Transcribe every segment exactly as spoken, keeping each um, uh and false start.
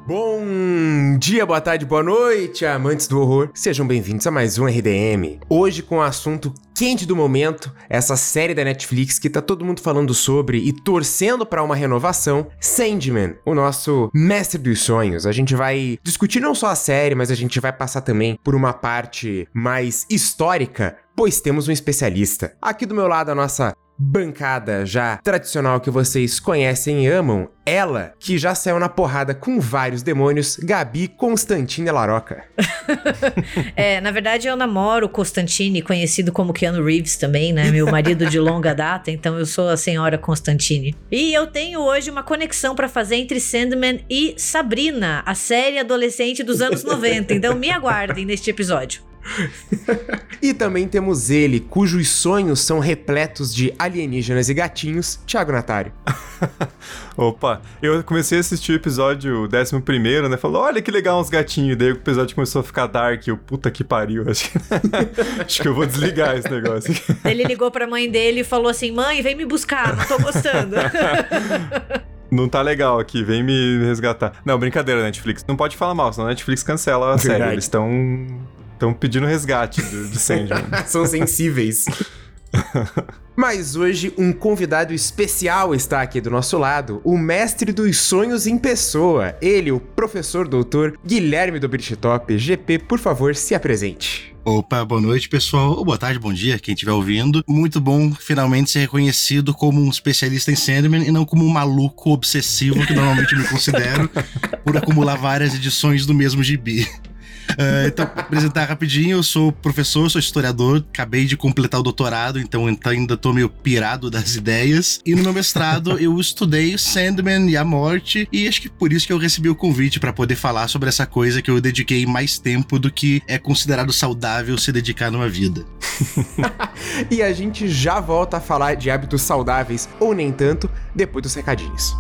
Bom dia, boa tarde, boa noite, amantes do horror. Sejam bem-vindos a mais um R D M. Hoje com o assunto quente do momento, essa série da Netflix que tá todo mundo falando sobre e torcendo pra uma renovação, Sandman, o nosso mestre dos sonhos. A gente vai discutir não só a série, mas a gente vai passar também por uma parte mais histórica, pois temos um especialista. Aqui do meu lado, a nossa bancada já tradicional que vocês conhecem e amam, ela que já saiu na porrada com vários demônios, Gabi Constantine Laroca. É, na verdade eu namoro Constantine, conhecido como Keanu Reeves também, né, meu marido de longa data, então eu sou a senhora Constantine. E eu tenho hoje uma conexão pra fazer entre Sandman e Sabrina, a série adolescente dos anos noventa, então me aguardem neste episódio. E também temos ele, cujos sonhos são repletos de alienígenas e gatinhos, Thiago Natário. Opa, eu comecei a assistir o episódio décimo primeiro, né? Falou, olha que legal uns gatinhos. Daí o episódio começou a ficar dark. Eu, puta que pariu. Acho que, acho que eu vou desligar esse negócio. Ele ligou pra mãe dele e falou assim, mãe, vem me buscar, não tô gostando. Não tá legal aqui, vem me resgatar. Não, brincadeira, Netflix. Não pode falar mal, senão a Netflix cancela a série. Eles estão... Estão pedindo resgate de, de Sandman. São sensíveis. Mas hoje um convidado especial está aqui do nosso lado, o mestre dos sonhos em pessoa. Ele, o professor doutor Guilherme do Britchtop. G P, por favor, se apresente. Opa, boa noite, pessoal. Ou boa tarde, bom dia, quem estiver ouvindo. Muito bom finalmente ser reconhecido como um especialista em Sandman e não como um maluco obsessivo que normalmente me considero por acumular várias edições do mesmo gibi. Uh, então, pra apresentar rapidinho, eu sou professor, sou historiador, acabei de completar o doutorado, então ainda tô meio pirado das ideias. E no meu mestrado eu estudei Sandman e a morte, e acho que por isso que eu recebi o convite pra poder falar sobre essa coisa que eu dediquei mais tempo do que é considerado saudável se dedicar numa vida. E a gente já volta a falar de hábitos saudáveis, ou nem tanto, depois dos recadinhos.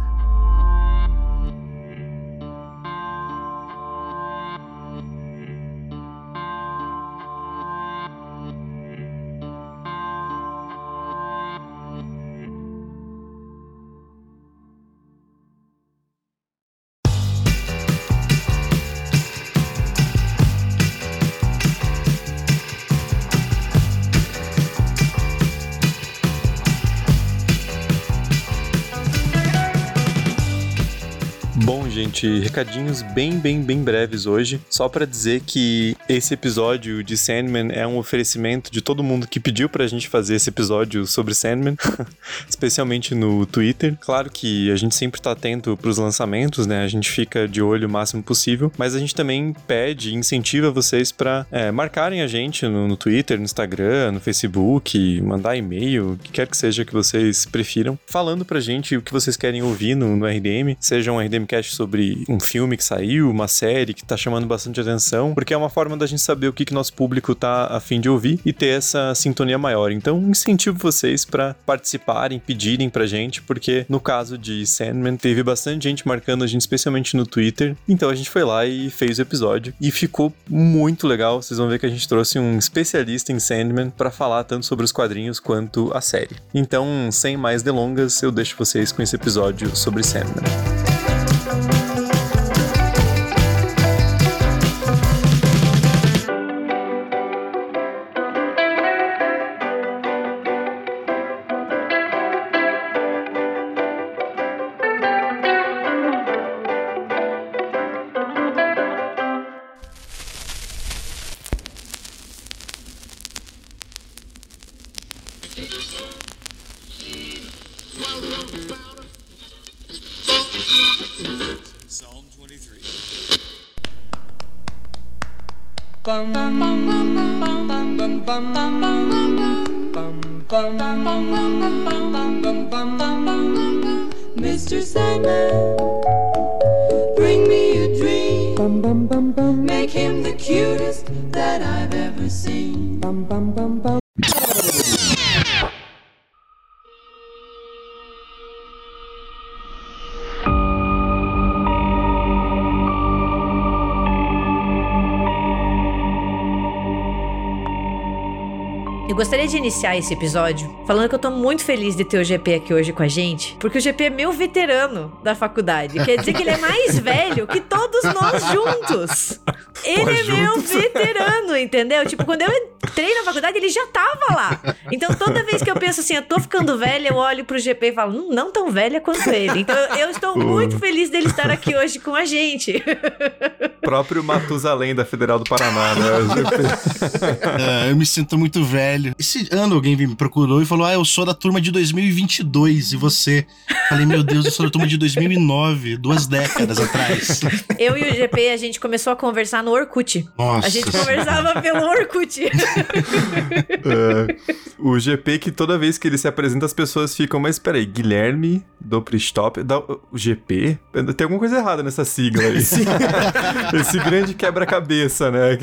Gente, recadinhos bem, bem, bem breves hoje, só pra dizer que esse episódio de Sandman é um oferecimento de todo mundo que pediu pra gente fazer esse episódio sobre Sandman, especialmente no Twitter. Claro que a gente sempre tá atento pros lançamentos, né, a gente fica de olho o máximo possível, mas a gente também pede e incentiva vocês pra é, marcarem a gente no, no Twitter, no Instagram, no Facebook, mandar e-mail, o que quer que seja que vocês prefiram, falando pra gente o que vocês querem ouvir no, no R D M, seja um R D M Cast sobre um filme que saiu, uma série que tá chamando bastante atenção, porque é uma forma da gente saber o que, que nosso público tá a fim de ouvir e ter essa sintonia maior. Então, incentivo vocês pra participarem, pedirem pra gente, porque no caso de Sandman, teve bastante gente marcando a gente, especialmente no Twitter, então a gente foi lá e fez o episódio, e ficou muito legal. Vocês vão ver que a gente trouxe um especialista em Sandman pra falar tanto sobre os quadrinhos quanto a série. Então, sem mais delongas, eu deixo vocês com esse episódio sobre Sandman. Mister Sandman, bring me a dream. Bum, bum, bum, bum. Make him the cutest that I've ever seen. Bum, bum, bum, bum. Eu gostaria de iniciar esse episódio falando que eu tô muito feliz de ter o G P aqui hoje com a gente, porque o G P é meu veterano da faculdade. Quer dizer que ele é mais velho que todos nós juntos. Ele Pô, é juntos? meu veterano, entendeu? Tipo, quando eu entrei na faculdade, ele já tava lá. Então, toda vez que eu penso assim, eu tô ficando velha, eu olho pro G P e falo, não, não tão velha quanto ele. Então, eu, eu estou muito feliz dele estar aqui hoje com a gente. Próprio Matusalém da Federal do Paraná, né? O G P. uh, eu me sinto muito velho. Esse ano alguém me procurou e falou, ah, eu sou da turma de dois mil e vinte e dois, e você? Falei, meu Deus, eu sou da turma de dois mil e nove, duas décadas atrás. Eu e o G P, a gente começou a conversar no Orkut. Nossa. A gente conversava pelo Orkut. uh, o G P que toda vez que ele se apresenta, as pessoas ficam, mas peraí, Guilherme Dopristop, da, o G P? Tem alguma coisa errada nessa sigla aí. Esse grande quebra-cabeça, né?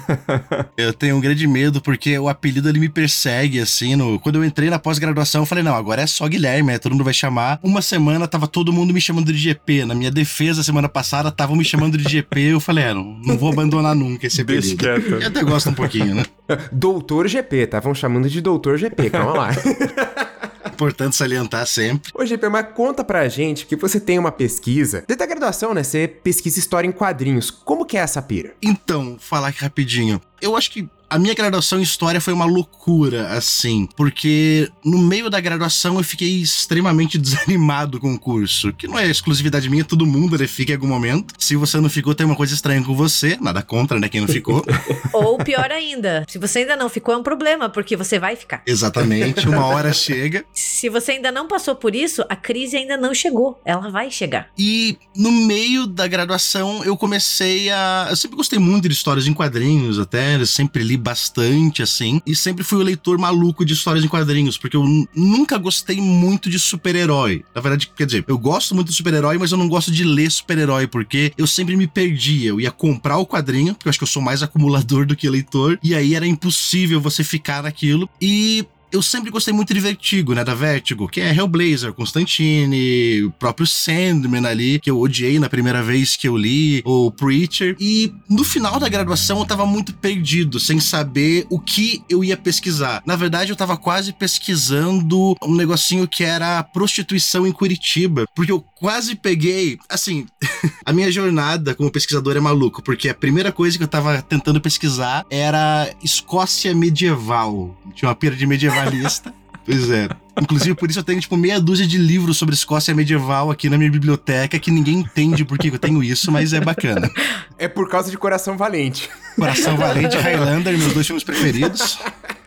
Eu tenho um grande medo, porque o apelido ele me persegue, assim, no... quando eu entrei na pós-graduação, eu falei, não, agora é só Guilherme, né? Todo mundo vai chamar. Uma semana tava todo mundo me chamando de G P. Na minha defesa, semana passada, estavam me chamando de G P, eu falei, é, não, não vou abandonar nunca esse apelido. Deixa quieto. Eu até gosto um pouquinho, né? Doutor G P, estavam chamando de Doutor G P, calma lá. Importante salientar sempre. Ô, G P, mas conta pra gente que você tem uma pesquisa. Desde a graduação, né? Você pesquisa história em quadrinhos. Como que é essa pira? Então, falar aqui rapidinho. Eu acho que a minha graduação em História foi uma loucura, assim, porque no meio da graduação eu fiquei extremamente desanimado com o curso, que não é exclusividade minha, todo mundo né, fica em algum momento. Se você não ficou, tem uma coisa estranha com você, nada contra, né, quem não ficou. Ou pior ainda, se você ainda não ficou, é um problema, porque você vai ficar. Exatamente, uma hora chega. Se você ainda não passou por isso, a crise ainda não chegou, ela vai chegar. E no meio da graduação eu comecei a... Eu sempre gostei muito de histórias em quadrinhos, até, eu sempre li bastante, assim, e sempre fui o leitor maluco de histórias em quadrinhos, porque eu n- nunca gostei muito de super-herói. Na verdade, quer dizer, eu gosto muito de super-herói, mas eu não gosto de ler super-herói, porque eu sempre me perdia. Eu ia comprar o quadrinho, porque eu acho que eu sou mais acumulador do que leitor, e aí era impossível você ficar naquilo, e... eu sempre gostei muito de Vertigo, né, da Vertigo, que é Hellblazer, Constantine, o próprio Sandman ali, que eu odiei na primeira vez que eu li, o Preacher, e no final da graduação eu tava muito perdido, sem saber o que eu ia pesquisar. Na verdade, eu tava quase pesquisando um negocinho que era prostituição em Curitiba, porque eu quase peguei, assim, a minha jornada como pesquisador é maluco, porque a primeira coisa que eu tava tentando pesquisar era Escócia medieval, tinha uma pira de medieval. Pois é. Inclusive, por isso eu tenho, tipo, meia dúzia de livros sobre Escócia medieval aqui na minha biblioteca, que ninguém entende por que eu tenho isso, mas é bacana. É por causa de Coração Valente. Coração Valente e Highlander, meus dois filmes preferidos.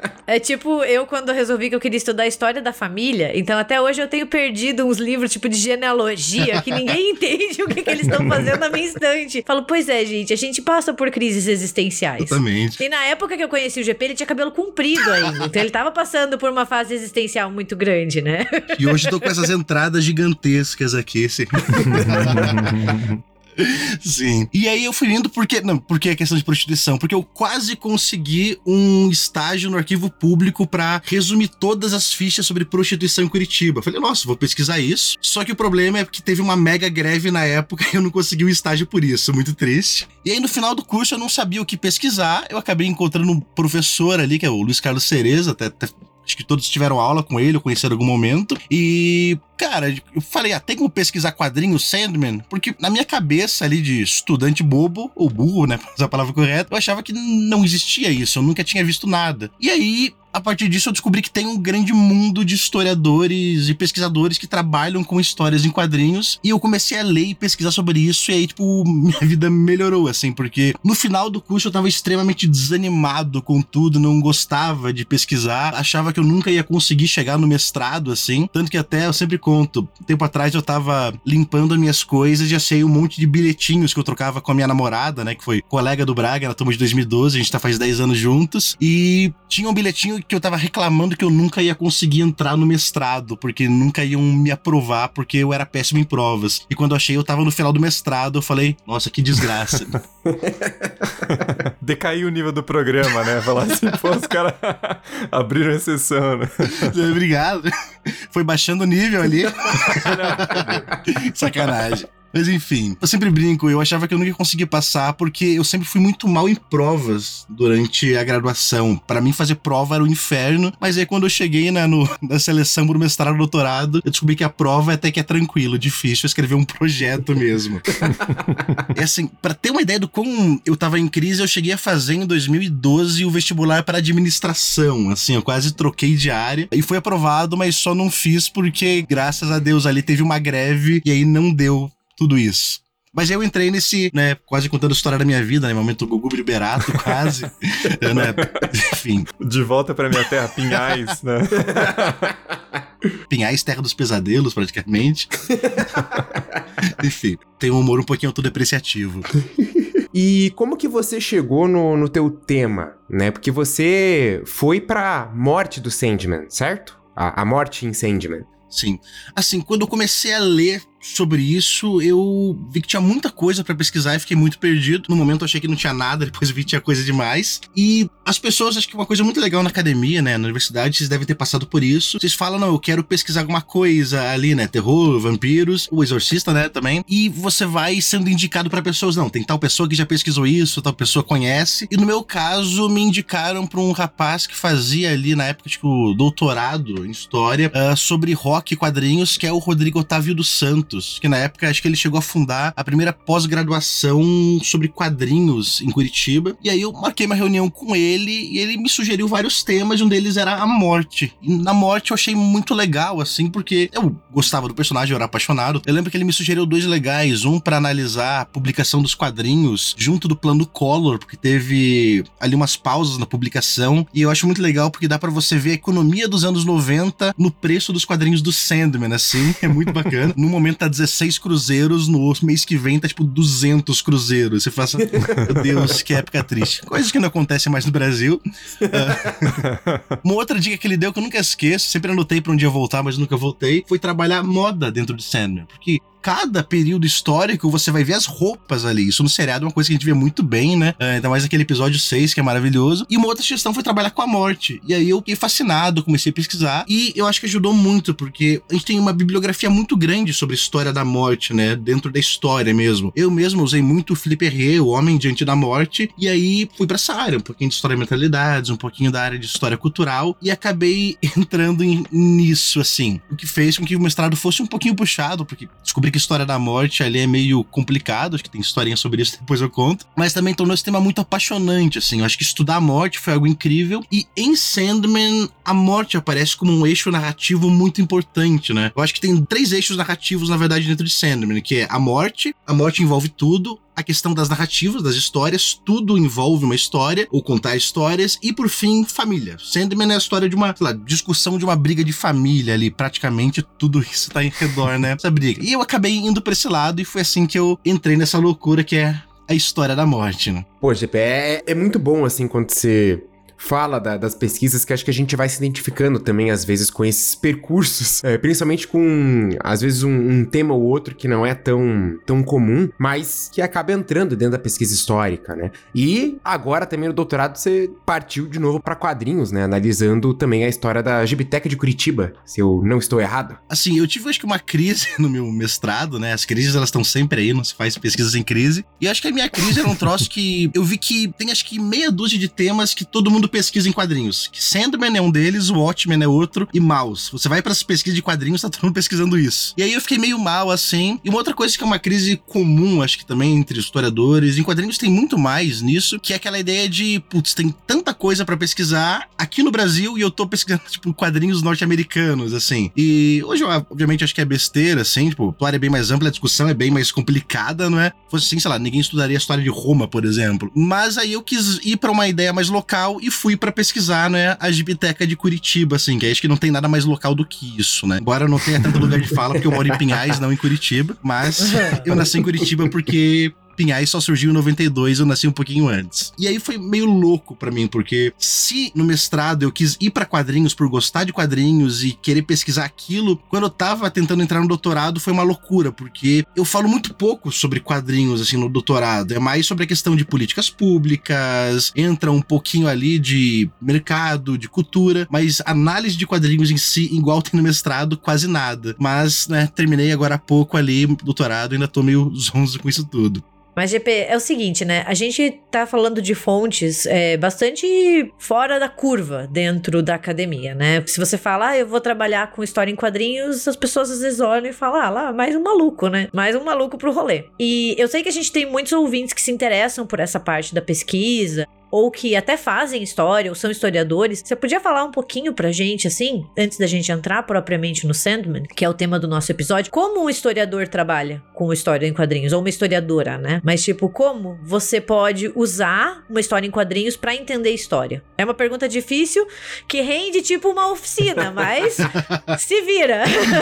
É tipo, eu quando resolvi que eu queria estudar a história da família, então até hoje eu tenho perdido uns livros tipo de genealogia, que ninguém entende o que, que eles estão fazendo na minha estante. Falo, pois é, gente, a gente passa por crises existenciais. Exatamente. E na época que eu conheci o G P, ele tinha cabelo comprido ainda, então ele tava passando por uma fase existencial muito grande, né? E hoje eu tô com essas entradas gigantescas aqui, assim. Sim. E aí eu fui indo porque... Não, porque é questão de prostituição. Porque eu quase consegui um estágio no arquivo público pra resumir todas as fichas sobre prostituição em Curitiba. Falei, nossa, vou pesquisar isso. Só que o problema é que teve uma mega greve na época e eu não consegui o estágio por isso. Muito triste. E aí no final do curso eu não sabia o que pesquisar. Eu acabei encontrando um professor ali, que é o Luiz Carlos Cereza, até... até acho que todos tiveram aula com ele, eu conheci em algum momento. E, cara, eu falei, ah, tem como pesquisar quadrinho Sandman? Porque na minha cabeça ali de estudante bobo, ou burro, né, pra usar a palavra correta, eu achava que não existia isso, eu nunca tinha visto nada. E aí... a partir disso eu descobri que tem um grande mundo de historiadores e pesquisadores que trabalham com histórias em quadrinhos, e eu comecei a ler e pesquisar sobre isso, e aí, tipo, minha vida melhorou, assim, porque no final do curso eu tava extremamente desanimado com tudo, não gostava de pesquisar, achava que eu nunca ia conseguir chegar no mestrado, assim, tanto que até eu sempre conto, tempo atrás eu tava limpando as minhas coisas e achei um monte de bilhetinhos que eu trocava com a minha namorada, né, que foi colega do Braga, na turma de dois mil e doze, a gente tá faz dez anos juntos, e tinha um bilhetinho que eu tava reclamando que eu nunca ia conseguir entrar no mestrado, porque nunca iam me aprovar, porque eu era péssimo em provas. E quando eu achei, eu tava no final do mestrado, eu falei, nossa, que desgraça. Decaiu o nível do programa, né? Falar assim, pô, os caras abriram exceção, né? Obrigado. Foi baixando o nível ali. Sacanagem. Mas enfim, eu sempre brinco, eu achava que eu nunca ia conseguir passar porque eu sempre fui muito mal em provas durante a graduação. Pra mim, fazer prova era o inferno, mas aí quando eu cheguei na, no, na seleção pro mestrado e doutorado, eu descobri que a prova até que é tranquilo, difícil escrever um projeto mesmo. É assim, pra ter uma ideia do quão eu tava em crise, eu cheguei a fazer em dois mil e doze o vestibular para administração, assim, eu quase troquei de área e fui aprovado, mas só não fiz porque, graças a Deus, ali teve uma greve e aí não deu tudo isso. Mas eu entrei nesse, né, quase contando a história da minha vida, né, momento Gugu Liberato, quase, né, enfim. De volta pra minha terra, Pinhais, né? Pinhais, terra dos pesadelos, praticamente. Enfim, tem um humor um pouquinho autodepreciativo. E como que você chegou no, no teu tema, né? Porque você foi pra morte do Sandman, certo? A, a morte em Sandman. Sim. Assim, quando eu comecei a ler sobre isso, eu vi que tinha muita coisa pra pesquisar e fiquei muito perdido. No momento eu achei que não tinha nada, depois vi que tinha coisa demais. E as pessoas, acho que uma coisa muito legal na academia, né, na universidade, vocês devem ter passado por isso. Vocês falam, não, eu quero pesquisar alguma coisa ali, né, terror, vampiros, o exorcista, né, também. E você vai sendo indicado pra pessoas, não, tem tal pessoa que já pesquisou isso, tal pessoa conhece. E no meu caso, me indicaram pra um rapaz que fazia ali, na época, acho que o doutorado em história, uh, sobre rock e quadrinhos, que é o Rodrigo Otávio dos Santos, que na época acho que ele chegou a fundar a primeira pós-graduação sobre quadrinhos em Curitiba. E aí eu marquei uma reunião com ele e ele me sugeriu vários temas, e um deles era a morte. E na morte eu achei muito legal, assim, porque eu gostava do personagem, eu era apaixonado. Eu lembro que ele me sugeriu dois legais, um pra analisar a publicação dos quadrinhos junto do plano Collor, porque teve ali umas pausas na publicação, e eu acho muito legal porque dá pra você ver a economia dos anos noventa no preço dos quadrinhos do Sandman, assim, é muito bacana. No momento tá dezesseis cruzeiros, no mês que vem tá tipo duzentos cruzeiros. Você fala assim, meu Deus, que época triste. Coisas que não acontecem mais no Brasil. Uh, uma outra dica que ele deu que eu nunca esqueço, sempre anotei pra um dia voltar, mas nunca voltei, foi trabalhar moda dentro de Sandman. Porque cada período histórico você vai ver as roupas ali. Isso no seriado é uma coisa que a gente vê muito bem, né? Uh, ainda mais naquele episódio seis, que é maravilhoso. E uma outra sugestão foi trabalhar com a morte. E aí eu fiquei fascinado, comecei a pesquisar. E eu acho que ajudou muito, porque a gente tem uma bibliografia muito grande sobre a história da morte, né? Dentro da história mesmo. Eu mesmo usei muito o Philippe Herré, o Homem Diante da Morte. E aí fui pra essa área, um pouquinho de história de mentalidades, um pouquinho da área de história cultural. E acabei entrando em, nisso, assim. O que fez com que o mestrado fosse um pouquinho puxado, porque descobri que a história da morte ali é meio complicado, acho que tem historinha sobre isso, depois eu conto, mas também tornou esse tema muito apaixonante, assim. Eu acho que estudar a morte foi algo incrível, e em Sandman a morte aparece como um eixo narrativo muito importante, né? Eu acho que tem três eixos narrativos, na verdade, dentro de Sandman, que é a morte, a morte envolve tudo, a questão das narrativas, das histórias, tudo envolve uma história, ou contar histórias, e por fim, família. Sandman é a história de uma, sei lá, discussão de uma briga de família ali, praticamente tudo isso tá em redor, né, essa briga. E eu acabei indo pra esse lado, e foi assim que eu entrei nessa loucura que é a história da morte, né. Pô, G P, é, é muito bom, assim, quando você fala da, das pesquisas, que acho que a gente vai se identificando também, às vezes, com esses percursos, é, principalmente com, às vezes, um, um tema ou outro que não é tão, tão comum, mas que acaba entrando dentro da pesquisa histórica, né? E agora, também no doutorado, você partiu de novo para quadrinhos, né? Analisando também a história da Gibiteca de Curitiba, se eu não estou errado. Assim, eu tive, acho que, uma crise no meu mestrado, né? As crises, elas estão sempre aí, não se faz pesquisas em crise. E acho que a minha crise era um troço que eu vi que tem, acho que, meia dúzia de temas que todo mundo pesquisa em quadrinhos. Que Sandman é um deles, o Watchmen é outro, e Maus. Você vai para as pesquisas de quadrinhos, tá todo mundo pesquisando isso. E aí eu fiquei meio mal, assim. E uma outra coisa que é uma crise comum, acho que também entre historiadores, em quadrinhos tem muito mais nisso, que é aquela ideia de, putz, tem tanta coisa para pesquisar aqui no Brasil e eu tô pesquisando, tipo, quadrinhos norte-americanos, assim. E hoje, eu, obviamente, acho que é besteira, assim, tipo, a área é bem mais ampla, a discussão é bem mais complicada, não é? Fosse assim, sei lá, ninguém estudaria a história de Roma, por exemplo. Mas aí eu quis ir pra uma ideia mais local e fui pra pesquisar, né, a Gibiteca de Curitiba, assim, que acho que não tem nada mais local do que isso, né? Embora eu não tenha tanto lugar de fala, porque eu moro em Pinhais, não em Curitiba, mas eu nasci em Curitiba porque Pinhais só surgiu em noventa e dois, eu nasci um pouquinho antes. E aí foi meio louco pra mim, porque se no mestrado eu quis ir pra quadrinhos por gostar de quadrinhos e querer pesquisar aquilo, quando eu tava tentando entrar no doutorado foi uma loucura, porque eu falo muito pouco sobre quadrinhos, assim, no doutorado. É mais sobre a questão de políticas públicas, entra um pouquinho ali de mercado, de cultura, mas análise de quadrinhos em si, igual tem no mestrado, quase nada. Mas, né, terminei agora há pouco ali, doutorado, ainda tô meio zonzo com isso tudo. Mas, G P, é o seguinte, né? A gente tá falando de fontes é, bastante fora da curva dentro da academia, né? Se você fala, ah, eu vou trabalhar com história em quadrinhos, as pessoas às vezes olham e falam, ah, lá, mais um maluco, né? Mais um maluco pro rolê. E eu sei que a gente tem muitos ouvintes que se interessam por essa parte da pesquisa, ou que até fazem história, ou são historiadores. Você podia falar um pouquinho pra gente, assim, antes da gente entrar propriamente no Sandman, que é o tema do nosso episódio, como um historiador trabalha com história em quadrinhos, ou uma historiadora, né? Mas, tipo, como você pode usar uma história em quadrinhos pra entender história? É uma pergunta difícil, que rende, tipo, uma oficina, mas se vira.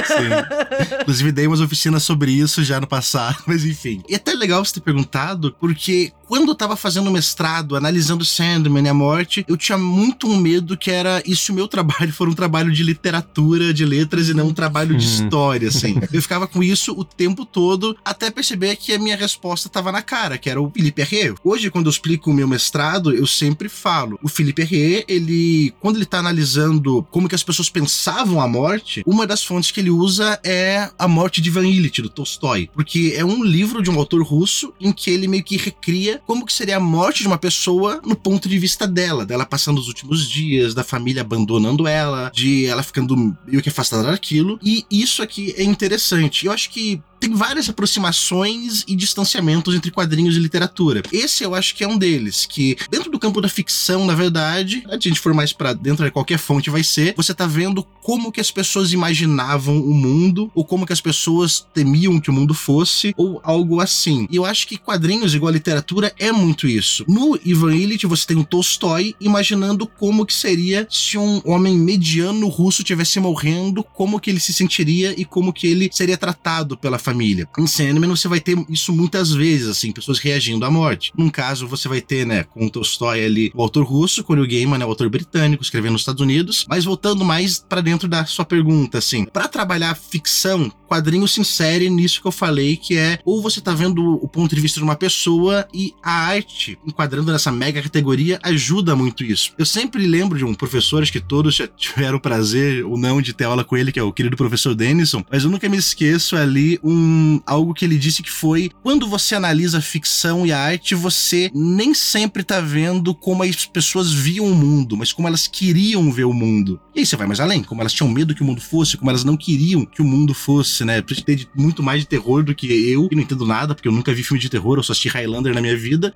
Sim. Inclusive, dei umas oficinas sobre isso já no passado, mas enfim. E é até legal você ter perguntado, porque quando eu tava fazendo mestrado, analisando Sandman e a morte, eu tinha muito um medo que era isso, o meu trabalho for um trabalho de literatura, de letras, e não um trabalho de história, assim. Eu ficava com isso o tempo todo, até perceber que a minha resposta tava na cara, que era o Philippe Herrier. Hoje, quando eu explico o meu mestrado, eu sempre falo, o Philippe Herrier, ele, quando ele tá analisando como que as pessoas pensavam a morte, uma das fontes que ele usa é A Morte de Ivan Ilitch, do Tolstói, porque é um livro de um autor russo em que ele meio que recria como que seria a morte de uma pessoa no ponto de vista dela, dela passando os últimos dias, da família abandonando ela, de ela ficando meio que afastada daquilo, e isso aqui é interessante. Eu acho que tem várias aproximações e distanciamentos entre quadrinhos e literatura. Esse eu acho que é um deles, que dentro do campo da ficção, na verdade, se a gente for mais pra dentro de qualquer fonte vai ser, você tá vendo como que as pessoas imaginavam o mundo, ou como que as pessoas temiam que o mundo fosse, ou algo assim. E eu acho que quadrinhos, igual a literatura, é muito isso. No Ivan Ilitch, você tem o Tolstói imaginando como que seria se um homem mediano russo estivesse morrendo, como que ele se sentiria e como que ele seria tratado pela família. Em Sandman você vai ter isso muitas vezes, assim, pessoas reagindo à morte. Num caso você vai ter, né, com o Tolstói ali, o autor russo, com o Neil Gaiman, né, o autor britânico, escrevendo nos Estados Unidos. Mas voltando mais pra dentro da sua pergunta, assim, pra trabalhar ficção, quadrinho se insere nisso que eu falei, que é, ou você tá vendo o ponto de vista de uma pessoa e a arte, enquadrando nessa mega categoria, ajuda muito isso. Eu sempre lembro de um professor, acho que todos já tiveram o prazer ou não de ter aula com ele, que é o querido professor Denison, mas eu nunca me esqueço ali um, algo que ele disse que foi, quando você analisa a ficção e a arte, você nem sempre tá vendo como as pessoas viam o mundo, mas como elas queriam ver o mundo. E aí você vai mais além, como elas tinham medo que o mundo fosse, como elas não queriam que o mundo fosse, né? Pra gente ter muito mais de terror do que eu, que não entendo nada, porque eu nunca vi filme de terror, eu só assisti Highlander na minha vida.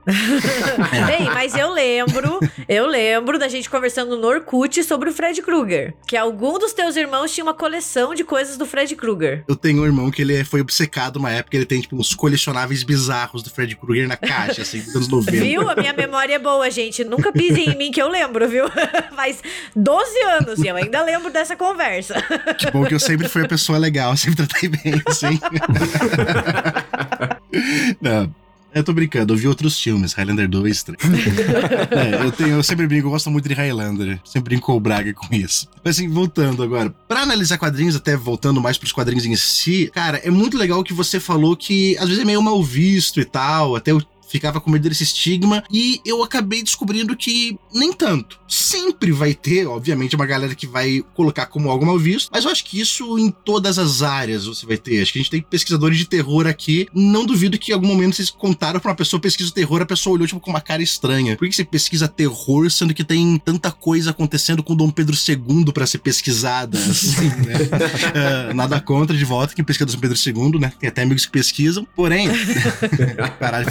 É. Bem, mas eu lembro, eu lembro da gente conversando no Orkut sobre o Fred Krueger, que algum dos teus irmãos tinha uma coleção de coisas do Fred Krueger. Eu tenho um irmão que ele foi obcecado uma época, ele tem tipo uns colecionáveis bizarros do Fred Krueger na caixa, assim, dos anos noventa. Viu? A minha memória é boa, gente. Nunca pisem em mim que eu lembro, viu? Faz doze anos e eu ainda lembro dessa conversa. Que bom que eu sempre fui a pessoa legal, sempre tratei bem, assim. Não. Eu tô brincando, eu vi outros filmes, Highlander dois, três. é, eu, tenho, eu sempre brinco, eu gosto muito de Highlander. Sempre brinco com o Braga com isso. Mas assim, voltando agora. Pra analisar quadrinhos, até voltando mais pros quadrinhos em si, cara, é muito legal que você falou que às vezes é meio mal visto e tal, até eu ficava com medo desse estigma, e eu acabei descobrindo que nem tanto. Sempre vai ter, obviamente, uma galera que vai colocar como algo mal visto, mas eu acho que isso em todas as áreas você vai ter. Acho que a gente tem pesquisadores de terror aqui, não duvido que em algum momento vocês contaram pra uma pessoa pesquisa terror, a pessoa olhou tipo com uma cara estranha. Por que você pesquisa terror, sendo que tem tanta coisa acontecendo com Dom Pedro segundo pra ser pesquisada, assim, né? uh, nada contra, de volta, quem pesquisa Dom Pedro segundo, né? Tem até amigos que pesquisam, porém... Caralho, faz piada.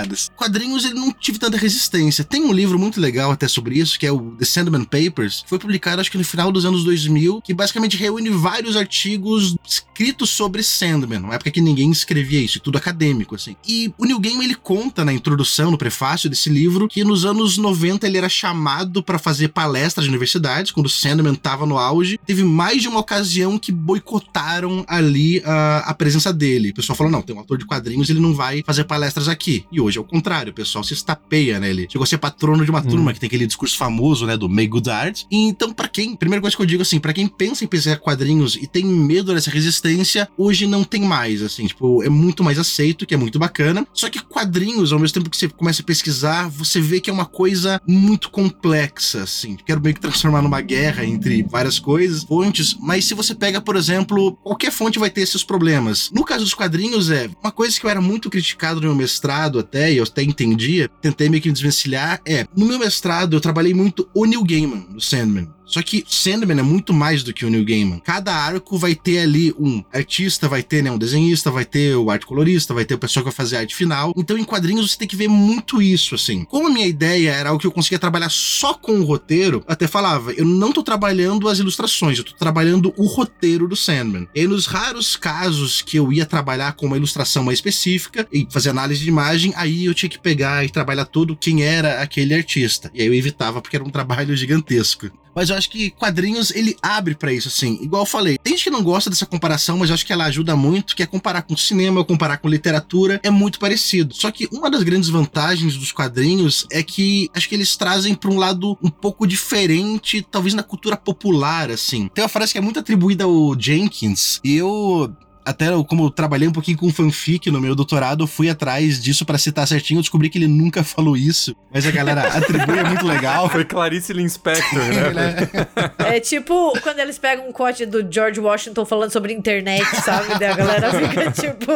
complicadas. Quadrinhos, ele não tive tanta resistência. Tem um livro muito legal até sobre isso, que é o The Sandman Papers, foi publicado acho que no final dos anos dois mil, que basicamente reúne vários artigos escritos sobre Sandman, numa época que ninguém escrevia isso, tudo acadêmico, assim. E o Neil Gaiman, ele conta na introdução, no prefácio desse livro, que nos anos noventa ele era chamado para fazer palestras de universidades, quando o Sandman tava no auge. Teve mais de uma ocasião que boicotaram ali a, a presença dele. O pessoal falou, não, tem um autor de quadrinhos, ele não vai fazer palestras aqui. E hoje é o contrário, o pessoal se estapeia, né? Ele chegou a ser patrono de uma hum. turma que tem aquele discurso famoso, né, do Make Good Art. E então, pra quem, primeira coisa que eu digo, assim, pra quem pensa em pesquisar quadrinhos e tem medo dessa resistência, hoje não tem mais, assim, tipo, é muito mais aceito, que é muito bacana. Só que quadrinhos, ao mesmo tempo que você começa a pesquisar, você vê que é uma coisa muito complexa, assim. Quero meio que transformar numa guerra entre várias coisas, fontes, mas se você pega, por exemplo, qualquer fonte vai ter seus problemas. No caso dos quadrinhos, é uma coisa que eu era muito criticado no meu mestrado até, e eu até entendia, tentei meio que me desvencilhar, é, no meu mestrado eu trabalhei muito o Neil Gaiman, no Sandman. Só que Sandman é muito mais do que o Neil Gaiman. Cada arco vai ter ali um artista, vai ter, né, um desenhista, vai ter o arte colorista, vai ter o pessoal que vai fazer a arte final. Então em quadrinhos você tem que ver muito isso, assim. Como a minha ideia era algo que eu conseguia trabalhar só com o roteiro, eu até falava, eu não tô trabalhando as ilustrações, eu tô trabalhando o roteiro do Sandman. E aí, nos raros casos que eu ia trabalhar com uma ilustração mais específica e fazer análise de imagem, aí eu tinha que pegar e trabalhar todo quem era aquele artista. E aí eu evitava porque era um trabalho gigantesco. Mas eu acho que quadrinhos, ele abre pra isso, assim. Igual eu falei, tem gente que não gosta dessa comparação, mas eu acho que ela ajuda muito, que é comparar com cinema, comparar com literatura, é muito parecido. Só que uma das grandes vantagens dos quadrinhos é que acho que eles trazem pra um lado um pouco diferente, talvez na cultura popular, assim. Tem uma frase que é muito atribuída ao Jenkins, e eu... Até como eu trabalhei um pouquinho com fanfic no meu doutorado, eu fui atrás disso pra citar certinho, eu descobri que ele nunca falou isso, mas a galera atribui, é muito legal. Foi Clarice Lispector, né? É tipo quando eles pegam um corte do George Washington falando sobre internet, sabe? Daí a galera fica tipo...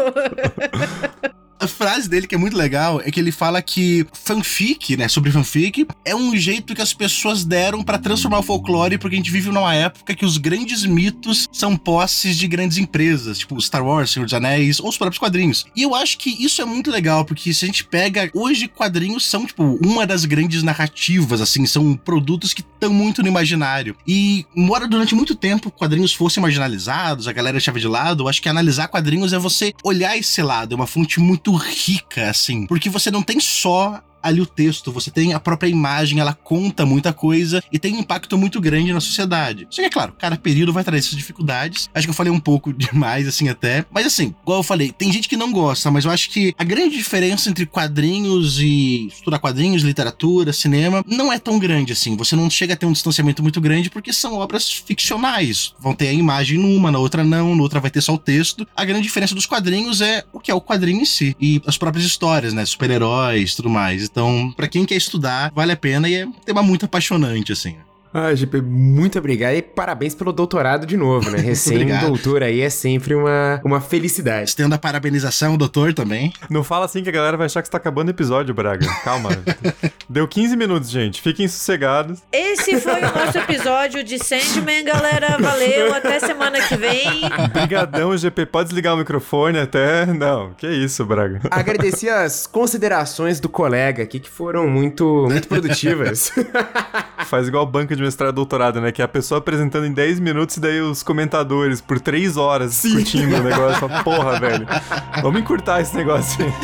A frase dele que é muito legal é que ele fala que fanfic, né, sobre fanfic, é um jeito que as pessoas deram pra transformar o folclore, porque a gente vive numa época que os grandes mitos são posses de grandes empresas, tipo Star Wars, Senhor dos Anéis, ou os próprios quadrinhos. E eu acho que isso é muito legal, porque se a gente pega, hoje quadrinhos são, tipo, uma das grandes narrativas, assim, são produtos que estão muito no imaginário. E, embora durante muito tempo quadrinhos fossem marginalizados, a galera deixava de lado, eu acho que analisar quadrinhos é você olhar esse lado, é uma fonte muito rica, assim, porque você não tem só ali o texto, você tem a própria imagem, ela conta muita coisa e tem um impacto muito grande na sociedade. Só que, é claro, cada período vai trazer essas dificuldades. Acho que eu falei um pouco demais, assim, até. Mas, assim, igual eu falei, tem gente que não gosta, mas eu acho que a grande diferença entre quadrinhos e estudar quadrinhos, literatura, cinema, não é tão grande, assim. Você não chega a ter um distanciamento muito grande porque são obras ficcionais. Vão ter a imagem numa, na outra não, na outra vai ter só o texto. A grande diferença dos quadrinhos é o que é o quadrinho em si. E as próprias histórias, né? Super-heróis e tudo mais. Então, pra quem quer estudar, vale a pena e é um tema muito apaixonante, assim. Ah, G P, muito obrigado e parabéns pelo doutorado de novo, né? Recém-doutor aí é sempre uma, uma felicidade. Estendo a parabenização, doutor, também. Não fala assim que a galera vai achar que você tá acabando o episódio, Braga. Calma. Deu quinze minutos, gente. Fiquem sossegados. Esse foi o nosso episódio de Sandman, galera. Valeu, até semana que vem. Brigadão, G P. Pode desligar o microfone até... Não, que isso, Braga. Agradeci as considerações do colega aqui, que foram muito, muito produtivas. Faz igual banca de mestrado e doutorado, né? Que é a pessoa apresentando em dez minutos e daí os comentadores por três horas Sim. discutindo o negócio. Porra, velho. Vamos encurtar esse negócio aí.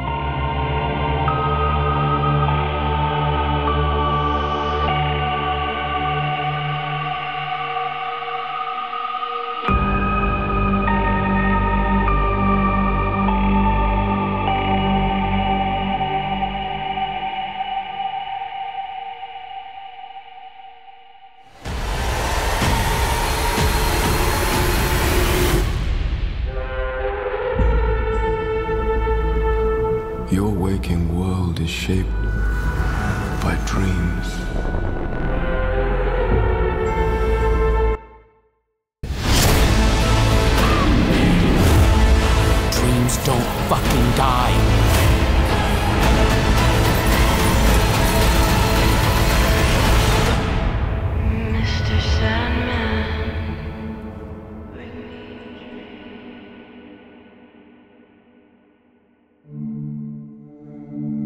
Your waking world is shaped by dreams. Dreams don't fucking die. Mister Sandman. Bring me a dream.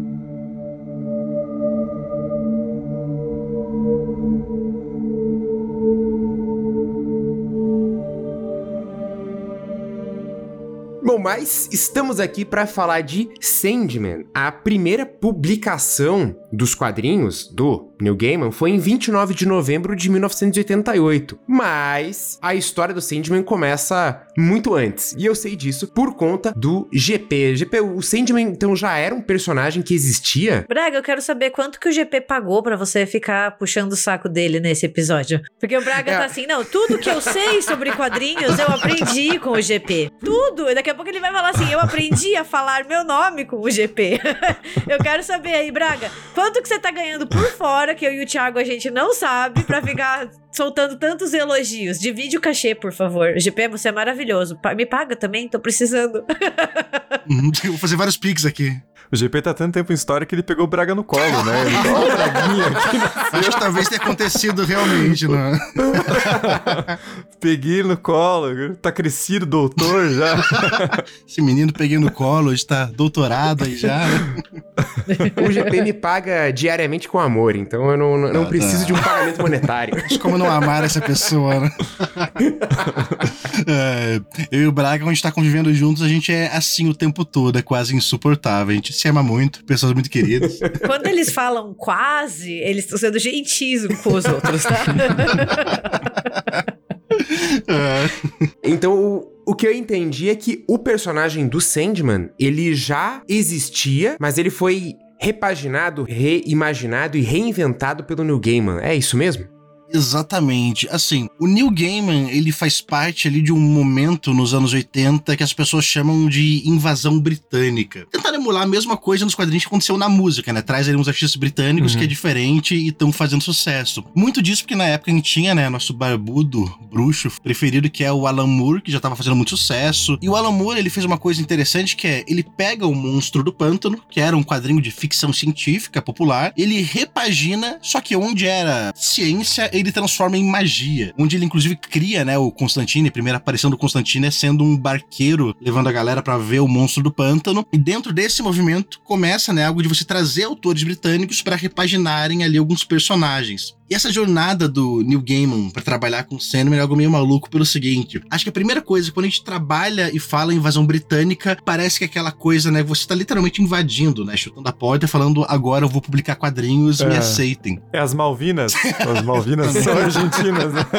Bom, mas estamos aqui para falar de Sandman. A primeira publicação dos quadrinhos do Neil Gaiman foi em vinte e nove de novembro de mil novecentos e oitenta e oito. Mas a história do Sandman começa muito antes. E eu sei disso por conta do G P. G P, o Sandman, então, já era um personagem que existia? Braga, eu quero saber quanto que o G P pagou pra você ficar puxando o saco dele nesse episódio. Porque o Braga É. tá assim, não, tudo que eu sei sobre quadrinhos eu aprendi com o G P. Tudo! E daqui a pouco ele vai falar assim, eu aprendi a falar meu nome com o G P. Eu quero saber aí, Braga, quanto que você tá ganhando por fora, que eu e o Thiago a gente não sabe, pra ficar soltando tantos elogios. Divide o cachê, por favor. G P, você é maravilhoso. Pa- Me paga também, tô precisando. Uhum, eu vou fazer vários pics aqui. O G P tá tanto tempo em história que ele pegou o Braga no colo, né? Ele deu uma braguinha aqui. Acho que talvez tenha acontecido realmente, né? Peguei ele no colo. Tá crescido, doutor, já. Esse menino peguei no colo, está doutorado aí já, né? O G P me paga diariamente com amor, então eu não, não, não Ah, preciso tá. de um pagamento monetário. Mas como não amar essa pessoa, né? É, eu e o Braga, quando a gente tá convivendo juntos, a gente é assim o tempo todo, é quase insuportável. A gente se ama muito, pessoas muito queridas. Quando eles falam quase, eles estão sendo gentis uns com os outros, tá? É. Então, o, o que eu entendi é que o personagem do Sandman, ele já existia, mas ele foi repaginado, reimaginado e reinventado pelo Neil Gaiman. É isso mesmo? Exatamente. Assim, o Neil Gaiman, ele faz parte ali de um momento nos anos oitenta que as pessoas chamam de invasão britânica. Tentaram emular a mesma coisa nos quadrinhos que aconteceu na música, né? Traz ali uns artistas britânicos Uhum. que é diferente e estão fazendo sucesso. Muito disso porque na época a gente tinha, né, nosso barbudo bruxo preferido, que é o Alan Moore, que já tava fazendo muito sucesso. E o Alan Moore, ele fez uma coisa interessante, que é, ele pega o Monstro do Pântano, que era um quadrinho de ficção científica popular, ele repagina, só que onde era ciência, ele transforma em magia. Onde ele, inclusive, cria, né, o Constantine. A primeira aparição do Constantine é sendo um barqueiro, levando a galera pra ver o Monstro do Pântano. E dentro desse movimento, começa, né, algo de você trazer autores britânicos pra repaginarem ali alguns personagens. E essa jornada do Neil Gaiman pra trabalhar com o Sandman é algo meio maluco pelo seguinte. Acho que a primeira coisa, quando a gente trabalha e fala em invasão britânica, parece que é aquela coisa, né, você tá literalmente invadindo, né, chutando a porta e falando, agora eu vou publicar quadrinhos, me É. aceitem. É as Malvinas. As Malvinas são argentinas, né?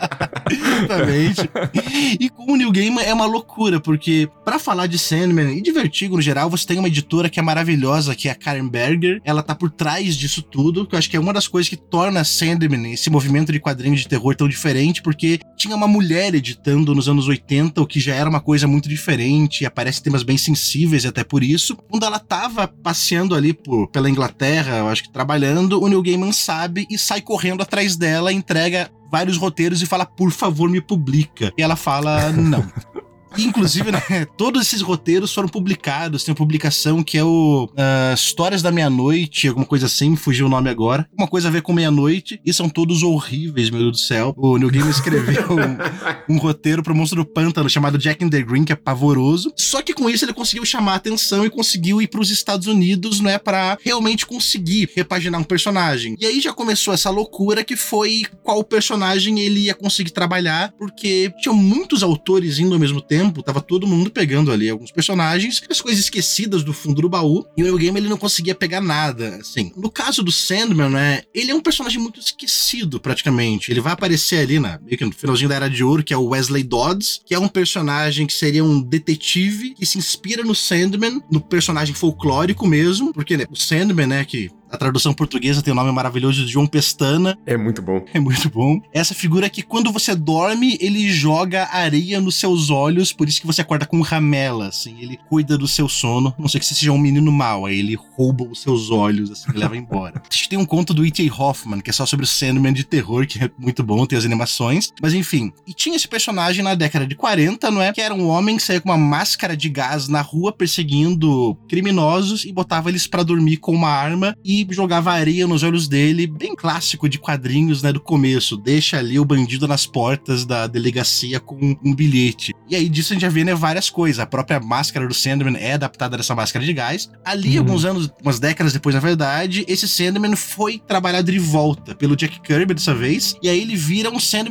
Exatamente. E com o Neil Gaiman é uma loucura, porque pra falar de Sandman e de Vertigo no geral, você tem uma editora que é maravilhosa, que é a Karen Berger. Ela tá por trás disso tudo, que eu acho que é uma das coisas que torna Sandman, esse movimento de quadrinhos de terror, tão diferente, porque tinha uma mulher editando nos anos oitenta, o que já era uma coisa muito diferente, e aparece temas bem sensíveis até por isso. Quando ela tava passeando ali por, pela Inglaterra, eu acho que trabalhando, o Neil Gaiman sabe e sai correndo atrás dela, entrega vários roteiros e fala, por favor, me publica. E ela fala, não. E, inclusive, né, todos esses roteiros foram publicados. Tem uma publicação que é o uh, Histórias da Meia-Noite, alguma coisa assim, me fugiu o nome agora. Uma coisa a ver com meia-noite, e são todos horríveis, meu Deus do céu. O Neil Gaiman escreveu um, um roteiro pro Monstro do Pântano chamado Jack and the Green, que é pavoroso. Só que com isso ele conseguiu chamar a atenção e conseguiu ir pros Estados Unidos, né, pra realmente conseguir repaginar um personagem. E aí já começou essa loucura que foi qual personagem ele ia conseguir trabalhar, porque tinham muitos autores indo ao mesmo tempo. Tava todo mundo pegando ali alguns personagens, as coisas esquecidas do fundo do baú, e o Neil Gaiman ele não conseguia pegar nada, assim. No caso do Sandman, né, ele é um personagem muito esquecido, praticamente. Ele vai aparecer ali na, meio que no finalzinho da Era de Ouro, que é o Wesley Dodds, que é um personagem que seria um detetive que se inspira no Sandman, no personagem folclórico mesmo, porque, né, o Sandman, né, que a tradução portuguesa tem o nome maravilhoso de João Pestana. É muito bom. É muito bom. Essa figura que quando você dorme, ele joga areia nos seus olhos, por isso que você acorda com ramela, assim. Ele cuida do seu sono. Não sei que você seja um menino mau, aí ele rouba os seus olhos, assim, e leva embora. A gente tem um conto do E T Hoffman, que é só sobre o Sandman de terror, que é muito bom, tem as animações. Mas enfim, e tinha esse personagem na década de quarenta, não é? Que era um homem que saía com uma máscara de gás na rua perseguindo criminosos e botava eles pra dormir com uma arma e jogava areia nos olhos dele, bem clássico de quadrinhos, né, do começo. Deixa ali o bandido nas portas da delegacia com um bilhete. E aí disso a gente já vê, né, várias coisas. A própria máscara do Sandman é adaptada dessa máscara de gás. Ali, Uhum. alguns anos, umas décadas depois, na verdade, esse Sandman foi trabalhado de volta pelo Jack Kirby dessa vez, e aí ele vira um Sandman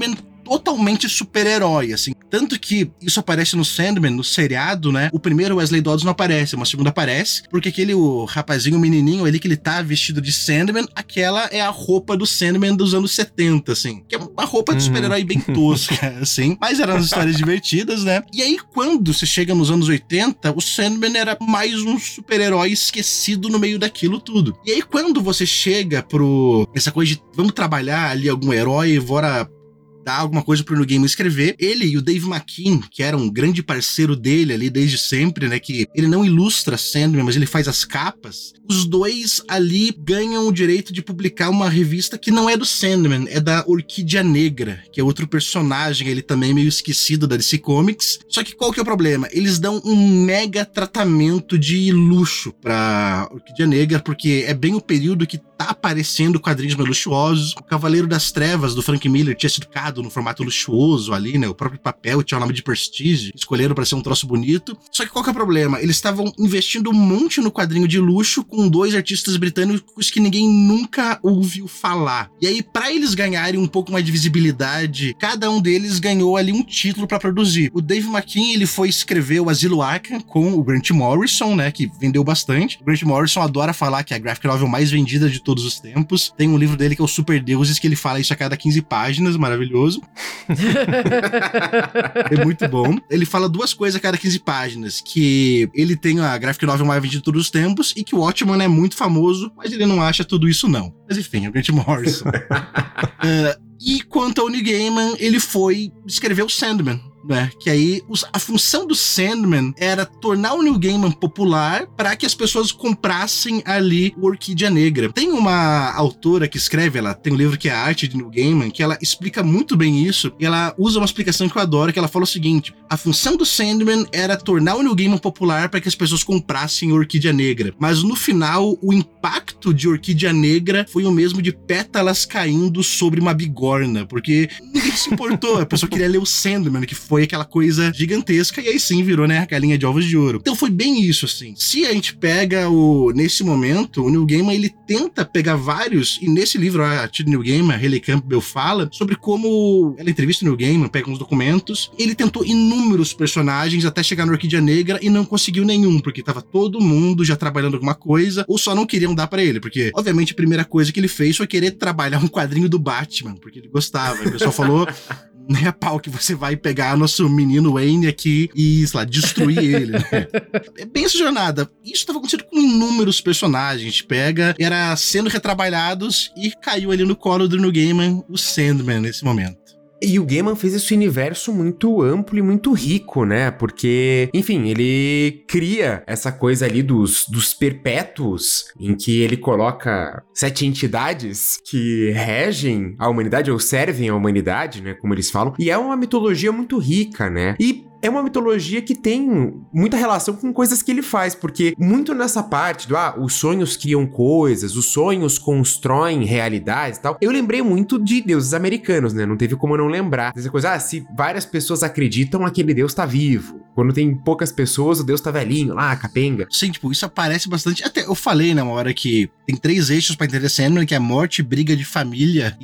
totalmente super-herói, assim. Tanto que isso aparece no Sandman, no seriado, né? O primeiro Wesley Dodds não aparece, mas o segundo aparece, porque aquele o rapazinho, o menininho ali que ele tá vestido de Sandman, aquela é a roupa do Sandman dos anos setenta, assim. Que é uma roupa de super-herói bem tosca, assim. Mas eram as histórias divertidas, né? E aí, quando você chega nos anos oitenta, o Sandman era mais um super-herói esquecido no meio daquilo tudo. E aí, quando você chega pro... essa coisa de vamos trabalhar ali algum herói, bora dar alguma coisa pro Neil Gaiman escrever. Ele e o Dave McKean, que era um grande parceiro dele ali desde sempre, né, que ele não ilustra Sandman, mas ele faz as capas. Os dois ali ganham o direito de publicar uma revista que não é do Sandman, é da Orquídea Negra, que é outro personagem, ele também meio esquecido da D C Comics. Só que qual que é o problema? Eles dão um mega tratamento de luxo pra Orquídea Negra, porque é bem o período que tá aparecendo quadrinhos mais luxuosos. O Cavaleiro das Trevas, do Frank Miller, tinha sido cado no formato luxuoso ali, né? O próprio papel tinha o nome de Prestige, escolheram pra ser um troço bonito. Só que qual que é o problema? Eles estavam investindo um monte no quadrinho de luxo com dois artistas britânicos que ninguém nunca ouviu falar. E aí, pra eles ganharem um pouco mais de visibilidade, cada um deles ganhou ali um título pra produzir. O Dave McKean, ele foi escrever o Asilo Arkham com o Grant Morrison, né? Que vendeu bastante. O Grant Morrison adora falar que é a graphic novel mais vendida de todos os tempos. Tem um livro dele que é o Super Deuses, que ele fala isso a cada quinze páginas, maravilhoso. É muito bom. Ele fala duas coisas a cada quinze páginas, que ele tem a graphic novel mais vendida de todos os tempos e que o Watchmen é muito famoso, mas ele não acha tudo isso não. Mas enfim, é o Grant Morrison. uh, e quanto ao Neil Gaiman, ele foi escrever o Sandman, né? Que aí os, a função do Sandman era tornar o Neil Gaiman popular para que as pessoas comprassem ali o Orquídea Negra. Tem uma autora que escreve, ela tem um livro que é a Arte de Neil Gaiman, que ela explica muito bem isso, e ela usa uma explicação que eu adoro, que ela fala o seguinte: a função do Sandman era tornar o Neil Gaiman popular para que as pessoas comprassem Orquídea Negra, mas no final o impacto de Orquídea Negra foi o mesmo de pétalas caindo sobre uma bigorna, porque ninguém se importou, a pessoa queria ler o Sandman, que foi aquela coisa gigantesca, e aí sim virou, né, a galinha de ovos de ouro. Então foi bem isso, assim. Se a gente pega o... nesse momento, o Neil Gaiman, ele tenta pegar vários, e nesse livro, a tia Neil Gaiman, a Hayley Campbell, fala sobre como ela entrevista o Neil Gaiman, pega uns documentos, ele tentou inúmeros personagens até chegar na Orquídea Negra e não conseguiu nenhum, porque tava todo mundo já trabalhando alguma coisa, ou só não queriam dar pra ele, porque, obviamente, a primeira coisa que ele fez foi querer trabalhar um quadrinho do Batman, porque ele gostava. O pessoal falou... não é a pau que você vai pegar nosso menino Wayne aqui e, sei lá, destruir ele, né? É bem essa jornada. Isso estava acontecendo com inúmeros personagens. A gente pega, era sendo retrabalhados e caiu ali no colo do Neil Gaiman, o Sandman, nesse momento. E o Gaiman fez esse universo muito amplo e muito rico, né? Porque, enfim, ele cria essa coisa ali dos, dos perpétuos, em que ele coloca sete entidades que regem a humanidade, ou servem a humanidade, né? Como eles falam. E é uma mitologia muito rica, né? E é uma mitologia que tem muita relação com coisas que ele faz, porque muito nessa parte do, ah, os sonhos criam coisas, os sonhos constroem realidades e tal, eu lembrei muito de deuses americanos, né? Não teve como eu não lembrar dessa coisa, ah, se várias pessoas acreditam, aquele deus tá vivo. Quando tem poucas pessoas, o deus tá velhinho lá, capenga. Sim, tipo, isso aparece bastante. Até eu falei, né, uma hora que tem três eixos pra entender Sandman, que é morte, briga de família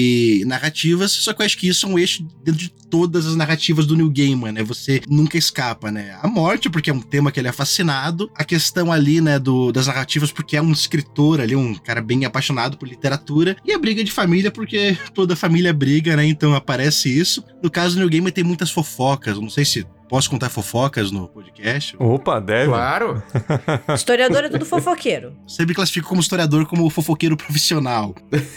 e narrativas, só que eu acho que isso é um eixo dentro de todas as narrativas do Neil Gaiman, né? Você nunca escapa, né? A morte, porque é um tema que ele é fascinado. A questão ali, né, do, das narrativas, porque é um escritor ali, um cara bem apaixonado por literatura. E a briga de família, porque toda família briga, né? Então aparece isso. No caso do Neil Gaiman tem muitas fofocas. Eu não sei se posso contar fofocas no podcast. Opa, deve. Claro. Historiador é tudo fofoqueiro. Sempre classifico como historiador como fofoqueiro profissional.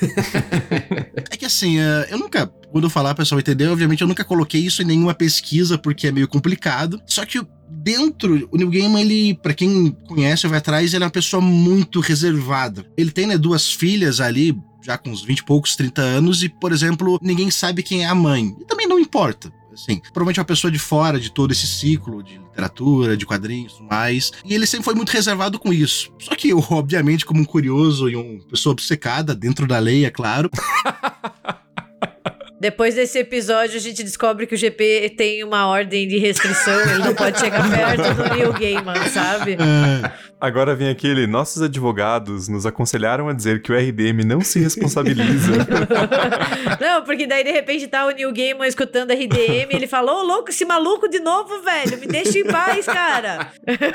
É que assim, eu nunca... Quando eu falar, o pessoal vai entender. Obviamente, eu nunca coloquei isso em nenhuma pesquisa, porque é meio complicado. Só que dentro, o Neil Gaiman, ele, pra quem conhece, vai atrás, ele é uma pessoa muito reservada. Ele tem, né, duas filhas ali, já com uns vinte e poucos, trinta anos, e, por exemplo, ninguém sabe quem é a mãe. E também não importa. Assim, provavelmente é uma pessoa de fora de todo esse ciclo de literatura, de quadrinhos e tudo mais. E ele sempre foi muito reservado com isso. Só que eu, obviamente, como um curioso e uma pessoa obcecada, dentro da lei, é claro... Depois desse episódio, a gente descobre que o G P tem uma ordem de restrição, ele não pode chegar perto do Neil Gaiman, sabe? Agora vem aquele, nossos advogados nos aconselharam a dizer que o R D M não se responsabiliza. Não, porque daí de repente tá o Neil Gaiman escutando R D M e ele falou, ô louco, esse maluco de novo, velho, me deixa em paz, cara.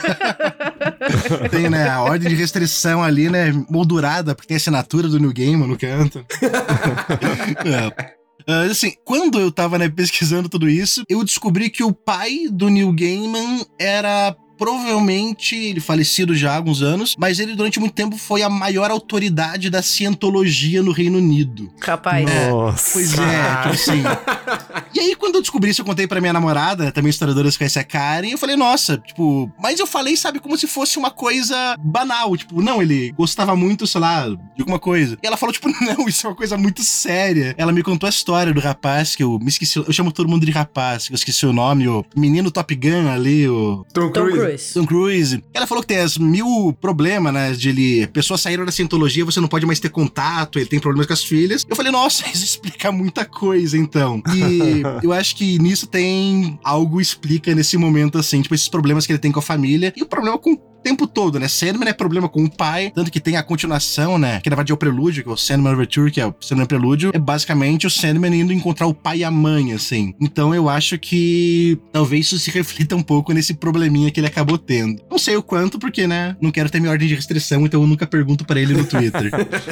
Tem, né, a ordem de restrição ali, né, moldurada, porque tem a assinatura do Neil Gaiman no canto. É. Uh, assim, quando eu tava, né, pesquisando tudo isso, eu descobri que o pai do Neil Gaiman era... provavelmente, ele falecido já há alguns anos, mas ele durante muito tempo foi a maior autoridade da cientologia no Reino Unido. Capaz. É, Nossa. pois é, tipo assim. E aí, quando eu descobri isso, eu contei pra minha namorada, também historiadora que conhece a Karen, e eu falei, nossa, tipo... Mas eu falei, sabe, como se fosse uma coisa banal, tipo, não, ele gostava muito, sei lá, de alguma coisa. E ela falou, tipo, não, isso é uma coisa muito séria. Ela me contou a história do rapaz, que eu me esqueci, eu chamo todo mundo de rapaz, que eu esqueci o nome, o menino Top Gun ali, o... Tom Tom Cruise. Cruise. Tom Cruise. Ela falou que tem as mil problemas, né, de ele... Pessoas saíram da cientologia, você não pode mais ter contato, ele tem problemas com as filhas. Eu falei, nossa, isso explica muita coisa, então. E eu acho que nisso tem... Algo explica nesse momento, assim, tipo, esses problemas que ele tem com a família e o problema com... o tempo todo, né? Sandman é problema com o pai, tanto que tem a continuação, né? Que na verdade é o prelúdio, que é o Sandman Overture, que é o Sandman Prelúdio, é basicamente o Sandman indo encontrar o pai e a mãe, assim. Então eu acho que talvez isso se reflita um pouco nesse probleminha que ele acabou tendo. Não sei o quanto, porque, né? Não quero ter minha ordem de restrição, então eu nunca pergunto pra ele no Twitter.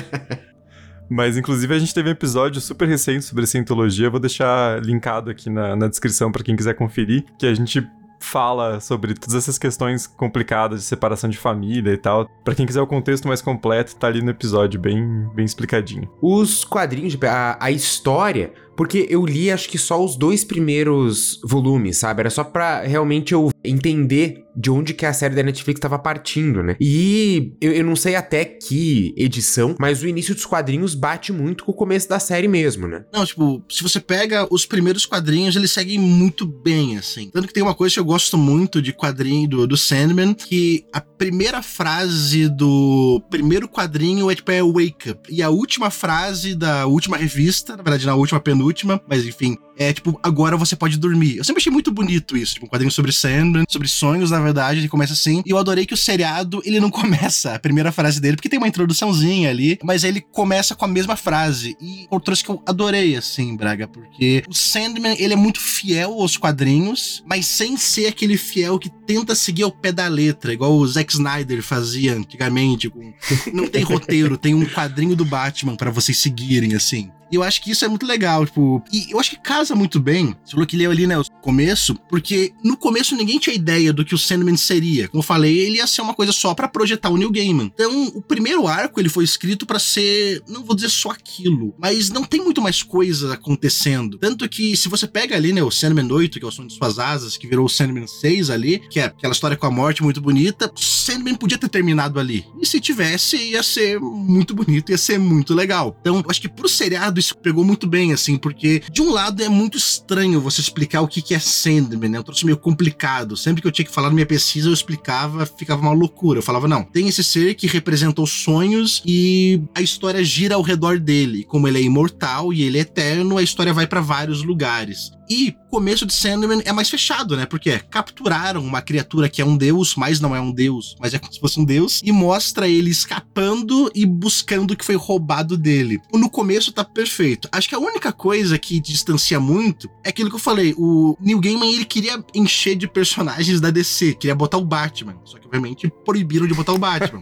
Mas, inclusive, a gente teve um episódio super recente sobre cientologia, vou deixar linkado aqui na, na descrição pra quem quiser conferir, que a gente fala sobre todas essas questões complicadas de separação de família e tal. Pra quem quiser o contexto mais completo, tá ali no episódio, bem, bem explicadinho. Os quadrinhos, a, a história... Porque eu li, acho que só os dois primeiros volumes, sabe? Era só pra realmente eu entender de onde que a série da Netflix tava partindo, né? E eu, eu não sei até que edição, mas o início dos quadrinhos bate muito com o começo da série mesmo, né? Não, tipo, se você pega os primeiros quadrinhos, eles seguem muito bem, assim. Tanto que tem uma coisa que eu gosto muito de quadrinho do, do Sandman, que a primeira frase do primeiro quadrinho é tipo, é Wake Up. E a última frase da última revista, na verdade, na última penúltima, mas enfim, é tipo, agora você pode dormir. Eu sempre achei muito bonito isso, tipo, um quadrinho sobre Sandman, sobre sonhos, na verdade, ele começa assim. E eu adorei que o seriado, ele não começa a primeira frase dele, porque tem uma introduçãozinha ali, mas aí ele começa com a mesma frase. E outra coisa que eu adorei, assim, Braga, porque o Sandman, ele é muito fiel aos quadrinhos, mas sem ser aquele fiel que tenta seguir ao pé da letra, igual o Zack Snyder fazia antigamente, com... não tem roteiro, tem um quadrinho do Batman pra vocês seguirem, assim. E eu acho que isso é muito legal, tipo... E eu acho que casa muito bem, você falou que leu ali, né, o começo, porque no começo ninguém tinha ideia do que o Sandman seria. Como eu falei, ele ia ser uma coisa só pra projetar o Neil Gaiman. Então, o primeiro arco, ele foi escrito pra ser... Não vou dizer só aquilo, mas não tem muito mais coisa acontecendo. Tanto que, se você pega ali, né, o Sandman oito, que é o Som de Suas Asas, que virou o Sandman seis ali, que é aquela história com a morte muito bonita, o Sandman podia ter terminado ali. E se tivesse, ia ser muito bonito, ia ser muito legal. Então, eu acho que pro seriado isso pegou muito bem, assim, porque de um lado é muito estranho você explicar o que que é Sandman, né? É um troço meio complicado. Sempre que eu tinha que falar na minha pesquisa, eu explicava, ficava uma loucura. Eu falava, não, tem esse ser que representa os sonhos e a história gira ao redor dele. Como ele é imortal e ele é eterno, a história vai pra vários lugares. E o começo de Sandman é mais fechado, né? Porque capturaram uma criatura que é um deus, mas não é um deus, mas é como se fosse um deus, e mostra ele escapando e buscando o que foi roubado dele. No começo tá perfeito. Acho que a única coisa que distancia muito é aquilo que eu falei. O Neil Gaiman, ele queria encher de personagens da D C, queria botar o Batman, só que obviamente proibiram de botar o Batman.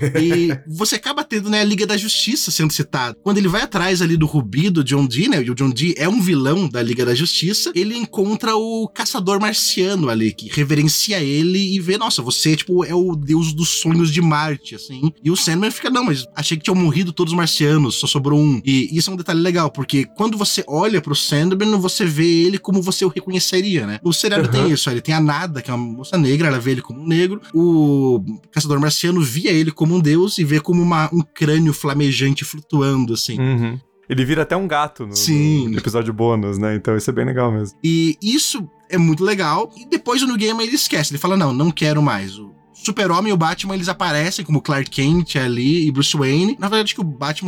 E você acaba tendo, né, a Liga da Justiça sendo citada. Quando ele vai atrás ali do Rubi, do John Dee, né, e o John Dee é um vilão da Liga da Justiça, ele encontra o caçador marciano ali, que reverencia ele e vê, nossa, você, tipo, é o deus dos sonhos de Marte, assim. E o Sandman fica, não, mas achei que tinham morrido todos os marcianos, só sobrou um. E isso é um detalhe legal, porque quando você olha pro Sandman, você vê ele como você o reconheceria, né? O seriado uhum. tem isso, ele tem a Nada, que é uma moça negra, ela vê ele como um negro. O caçador marciano via ele como um deus e vê como uma, um crânio flamejante flutuando, assim. Uhum. Ele vira até um gato no, Sim. no episódio bônus, né? Então isso é bem legal mesmo. E isso é muito legal. E depois o Neil Gaiman, ele esquece. Ele fala, não, não quero mais. O Super-Homem e o Batman, eles aparecem como Clark Kent ali e Bruce Wayne. Na verdade, que o Batman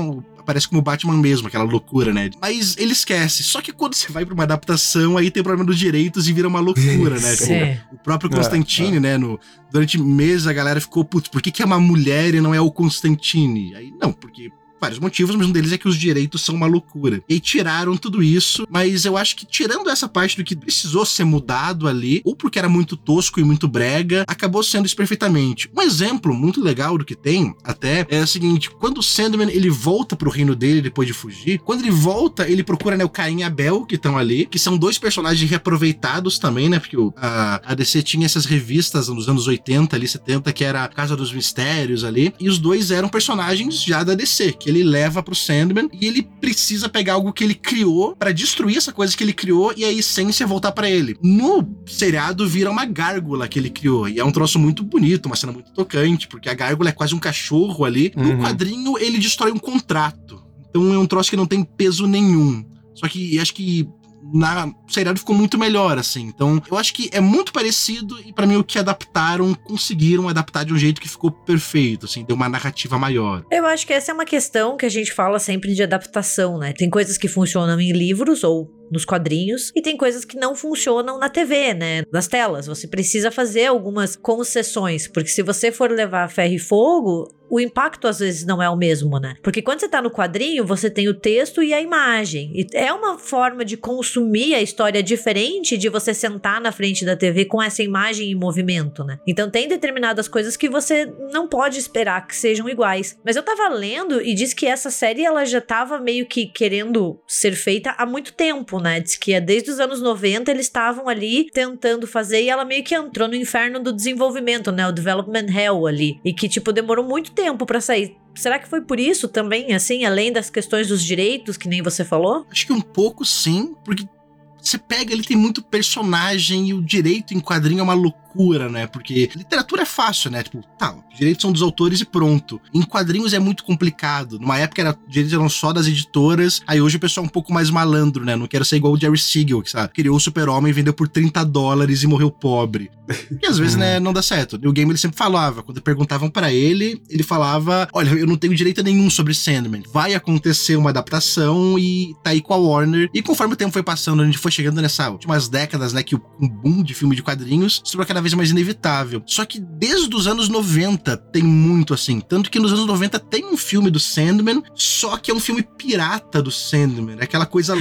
aparece como Batman mesmo, aquela loucura, né? Mas ele esquece. Só que quando você vai pra uma adaptação, aí tem o problema dos direitos e vira uma loucura, né? Tipo, o próprio Constantine, é, né? No, durante meses a galera ficou, putz, por que que é uma mulher e não é o Constantine? Aí, não, porque... vários motivos, mas um deles é que os direitos são uma loucura. E aí tiraram tudo isso, mas eu acho que tirando essa parte do que precisou ser mudado ali, ou porque era muito tosco e muito brega, acabou sendo isso perfeitamente. Um exemplo muito legal do que tem, até, é o seguinte, quando o Sandman, ele volta pro reino dele depois de fugir, quando ele volta, ele procura, né, o Caim e Abel, que estão ali, que são dois personagens reaproveitados também, né, porque o, a, a D C tinha essas revistas nos anos oitenta, ali, setenta, que era a Casa dos Mistérios ali, e os dois eram personagens já da D C, que ele leva pro Sandman e ele precisa pegar algo que ele criou pra destruir essa coisa que ele criou e a essência voltar pra ele. No seriado vira uma gárgula que ele criou e é um troço muito bonito, uma cena muito tocante, porque a gárgula é quase um cachorro ali. Uhum. No quadrinho ele destrói um contrato. Então é um troço que não tem peso nenhum. Só que acho que na seriado ficou muito melhor, assim. Então, eu acho que é muito parecido e pra mim o que adaptaram, conseguiram adaptar de um jeito que ficou perfeito, assim, deu uma narrativa maior. Eu acho que essa é uma questão que a gente fala sempre de adaptação, né? Tem coisas que funcionam em livros ou nos quadrinhos, e tem coisas que não funcionam na T V, né? Nas telas. Você precisa fazer algumas concessões, porque se você for levar ferro e fogo, o impacto às vezes não é o mesmo, né? Porque quando você tá no quadrinho, você tem o texto e a imagem. E é uma forma de consumir a história diferente de você sentar na frente da T V com essa imagem em movimento, né? Então tem determinadas coisas que você não pode esperar que sejam iguais. Mas eu tava lendo e diz que essa série, ela já tava meio que querendo ser feita há muito tempo, né? Diz que desde os anos noventa eles estavam ali tentando fazer e ela meio que entrou no inferno do desenvolvimento, né? O development hell ali. E que, tipo, demorou muito tempo pra sair. Será que foi por isso também, assim, além das questões dos direitos, que nem você falou? Acho que um pouco sim, porque você pega, ele tem muito personagem e o direito em quadrinho é uma loucura, né? Porque literatura é fácil, né? Tipo, tá, os direitos são dos autores e pronto. Em quadrinhos é muito complicado. Numa época, era, os direitos eram só das editoras, aí hoje o pessoal é um pouco mais malandro, né? Não quero ser igual o Jerry Siegel, que, sabe, criou o Super-Homem, vendeu por trinta dólares e morreu pobre. E às vezes, né, não dá certo. O Neil Gaiman, ele sempre falava, quando perguntavam pra ele, ele falava, olha, eu não tenho direito nenhum sobre Sandman. Vai acontecer uma adaptação e tá aí com a Warner. E conforme o tempo foi passando, a gente foi chegando nessas últimas décadas, né, que o um boom de filme de quadrinhos se tornou cada vez mais inevitável. Só que desde os anos noventa tem muito assim. Tanto que nos anos noventa tem um filme do Sandman, só que é um filme pirata do Sandman. É aquela coisa...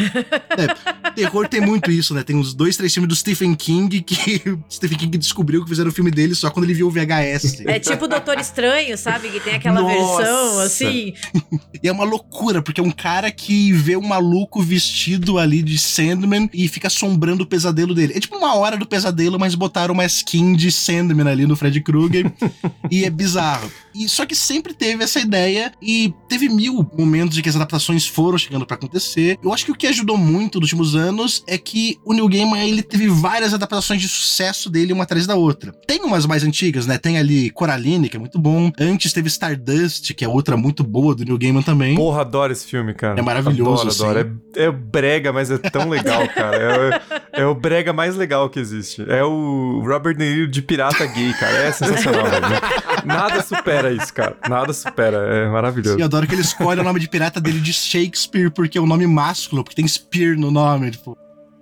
é, terror tem muito isso, né? Tem uns dois, três filmes do Stephen King que o Stephen King descobriu que fizeram o filme dele só quando ele viu o V H S. É tipo o Doutor Estranho, sabe? Que tem aquela Nossa. versão, assim... E é uma loucura, porque é um cara que vê um maluco vestido ali de Sandman e fica assombrando o pesadelo dele. É tipo uma hora do pesadelo, mas botaram uma skin de Sandman ali no Freddy Krueger e é bizarro. E só que sempre teve essa ideia e teve mil momentos em que as adaptações foram chegando pra acontecer. Eu acho que o que ajudou muito nos últimos anos é que o Neil Gaiman, ele teve várias adaptações de sucesso dele uma atrás da outra. Tem umas mais antigas, né? Tem ali Coraline, que é muito bom. Antes teve Stardust, que é outra muito boa do Neil Gaiman também. Porra, adoro esse filme, cara. É maravilhoso, adoro, assim. Adoro. É, é brega, mas é tão legal, cara. É, é o brega mais legal que existe. É o Robert De Niro de pirata gay, cara. É sensacional, velho. Nada supera isso, cara. Nada supera. É maravilhoso. E eu adoro que ele escolhe o nome de pirata dele de Shakespeare, porque é um nome másculo, porque tem Spear no nome, tipo.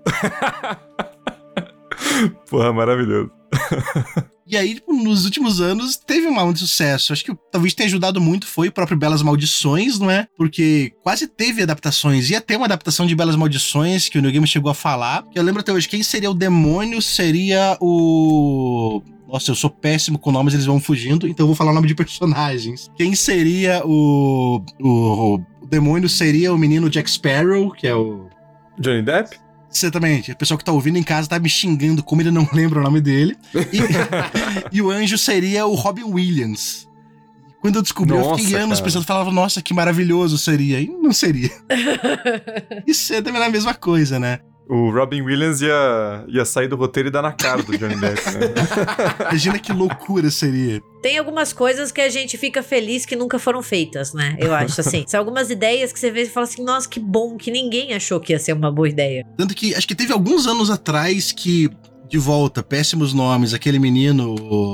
Porra, maravilhoso. E aí, tipo, nos últimos anos, teve um muito sucesso. Acho que talvez tenha ajudado muito foi o próprio Belas Maldições, não é? Porque quase teve adaptações. Ia ter uma adaptação de Belas Maldições, que o Neil Gaiman chegou a falar. Que eu lembro até hoje, quem seria o demônio seria o... Nossa, eu sou péssimo com nomes, eles vão fugindo, então eu vou falar o nome de personagens. Quem seria o... O, o demônio seria o menino Jack Sparrow, que é o... Johnny Depp? Exatamente. O pessoal que tá ouvindo em casa tá me xingando como ele não lembra o nome dele. E, e o anjo seria o Robin Williams. Quando eu descobri, nossa, eu fiquei anos pensando, falava, nossa, que maravilhoso seria. E não seria. Isso é também a mesma coisa, né? O Robin Williams ia, ia sair do roteiro e dar na cara do Johnny Depp, né? Imagina que loucura seria. Tem algumas coisas que a gente fica feliz que nunca foram feitas, né? Eu acho, assim. São algumas ideias que você vê e fala assim, nossa, que bom, que ninguém achou que ia ser uma boa ideia. Tanto que, acho que teve alguns anos atrás que, de volta, péssimos nomes, aquele menino...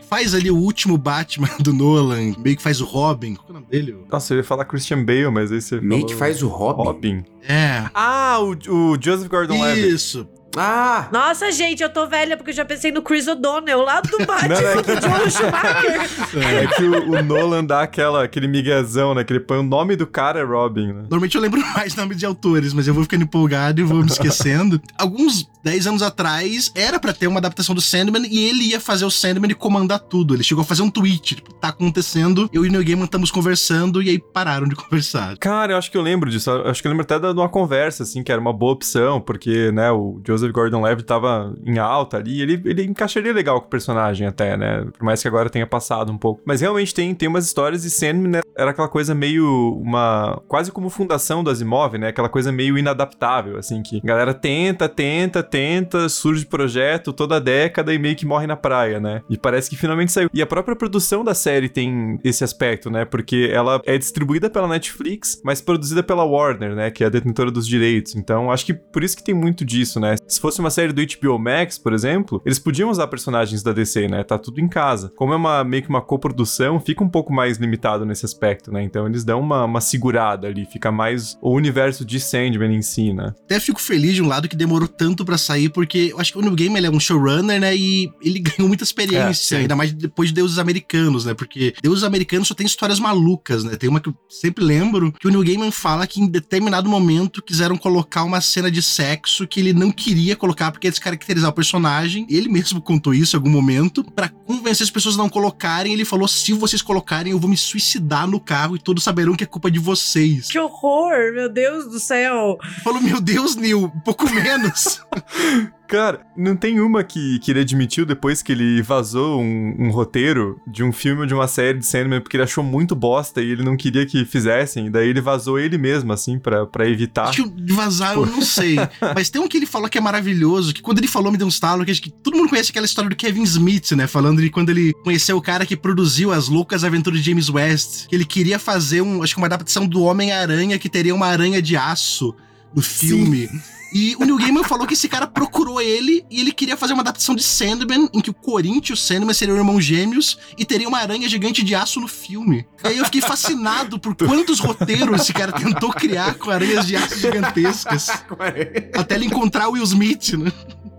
faz ali o último Batman do Nolan, meio que faz o Robin. Qual é o nome dele? Nossa, eu ia falar Christian Bale, mas aí você Meio falou que faz o Robin. Robin. É. Ah, o, o Joseph Gordon-Levitt. Isso. Ah! Nossa, gente, eu tô velha porque eu já pensei no Chris O'Donnell, lá do Batman, Não, não, é do Joel Schumacher. É que o, o Nolan dá aquela, aquele miguezão, né? Que ele põe o nome do cara é Robin, né? Normalmente eu lembro mais nome de autores, mas eu vou ficando empolgado e vou me esquecendo. Alguns dez anos atrás, era pra ter uma adaptação do Sandman e ele ia fazer o Sandman e comandar tudo. Ele chegou a fazer um tweet, tipo, tá acontecendo, eu e o Neil Gaiman estamos conversando e aí pararam de conversar. Cara, eu acho que eu lembro disso. Eu acho que eu lembro até de uma conversa, assim, que era uma boa opção, porque, né, o Joseph Gordon-Levitt tava em alta ali, e ele, ele encaixaria legal com o personagem até, né? Por mais que agora tenha passado um pouco. Mas realmente tem, tem umas histórias e Sandman, né, era aquela coisa meio uma... quase como fundação do Asimov, né? Aquela coisa meio inadaptável, assim, que a galera tenta, tenta, tenta, surge projeto toda década e meio que morre na praia, né? E parece que finalmente saiu. E a própria produção da série tem esse aspecto, né? Porque ela é distribuída pela Netflix, mas produzida pela Warner, né? Que é a detentora dos direitos. Então, acho que por isso que tem muito disso, né? Se fosse uma série do H B O Max, por exemplo, eles podiam usar personagens da D C, né? Tá tudo em casa. Como é uma, meio que uma coprodução, fica um pouco mais limitado nesse aspecto, né? Então eles dão uma, uma segurada ali, fica mais o universo de Sandman em si, né? Até fico feliz de um lado que demorou tanto pra sair, porque eu acho que o Neil Gaiman, ele é um showrunner, né? E ele ganhou muita experiência, É, ainda mais depois de Deuses Americanos, né? Porque Deuses Americanos só tem histórias malucas, né? Tem uma que eu sempre lembro, que o Neil Gaiman fala que em determinado momento quiseram colocar uma cena de sexo que ele não queria colocar porque ia descaracterizar o personagem. Ele mesmo contou isso em algum momento. Pra convencer as pessoas a não colocarem, ele falou, se vocês colocarem, eu vou me suicidar no carro e todos saberão que é culpa de vocês. Que horror, meu Deus do céu. Falou, meu Deus, Neil, um pouco menos. Cara, não tem uma que, que ele admitiu depois que ele vazou um, um roteiro de um filme ou de uma série de Sandman porque ele achou muito bosta e ele não queria que fizessem, e daí ele vazou ele mesmo, assim, pra, pra evitar. Acho que de vazar eu não sei, mas tem um que ele falou que é maravilhoso, que quando ele falou me deu um estalo, que acho que todo mundo conhece aquela história do Kevin Smith, né, falando de quando ele conheceu o cara que produziu As Loucas Aventuras de James West, que ele queria fazer um, acho que uma adaptação do Homem-Aranha que teria uma aranha de aço no filme. Sim. E o Neil Gaiman falou que esse cara procurou ele e ele queria fazer uma adaptação de Sandman, em que o Corinthians e o Sandman seriam irmãos gêmeos e teria uma aranha gigante de aço no filme. E aí eu fiquei fascinado por quantos roteiros esse cara tentou criar com aranhas de aço gigantescas. Até ele encontrar o Will Smith, né?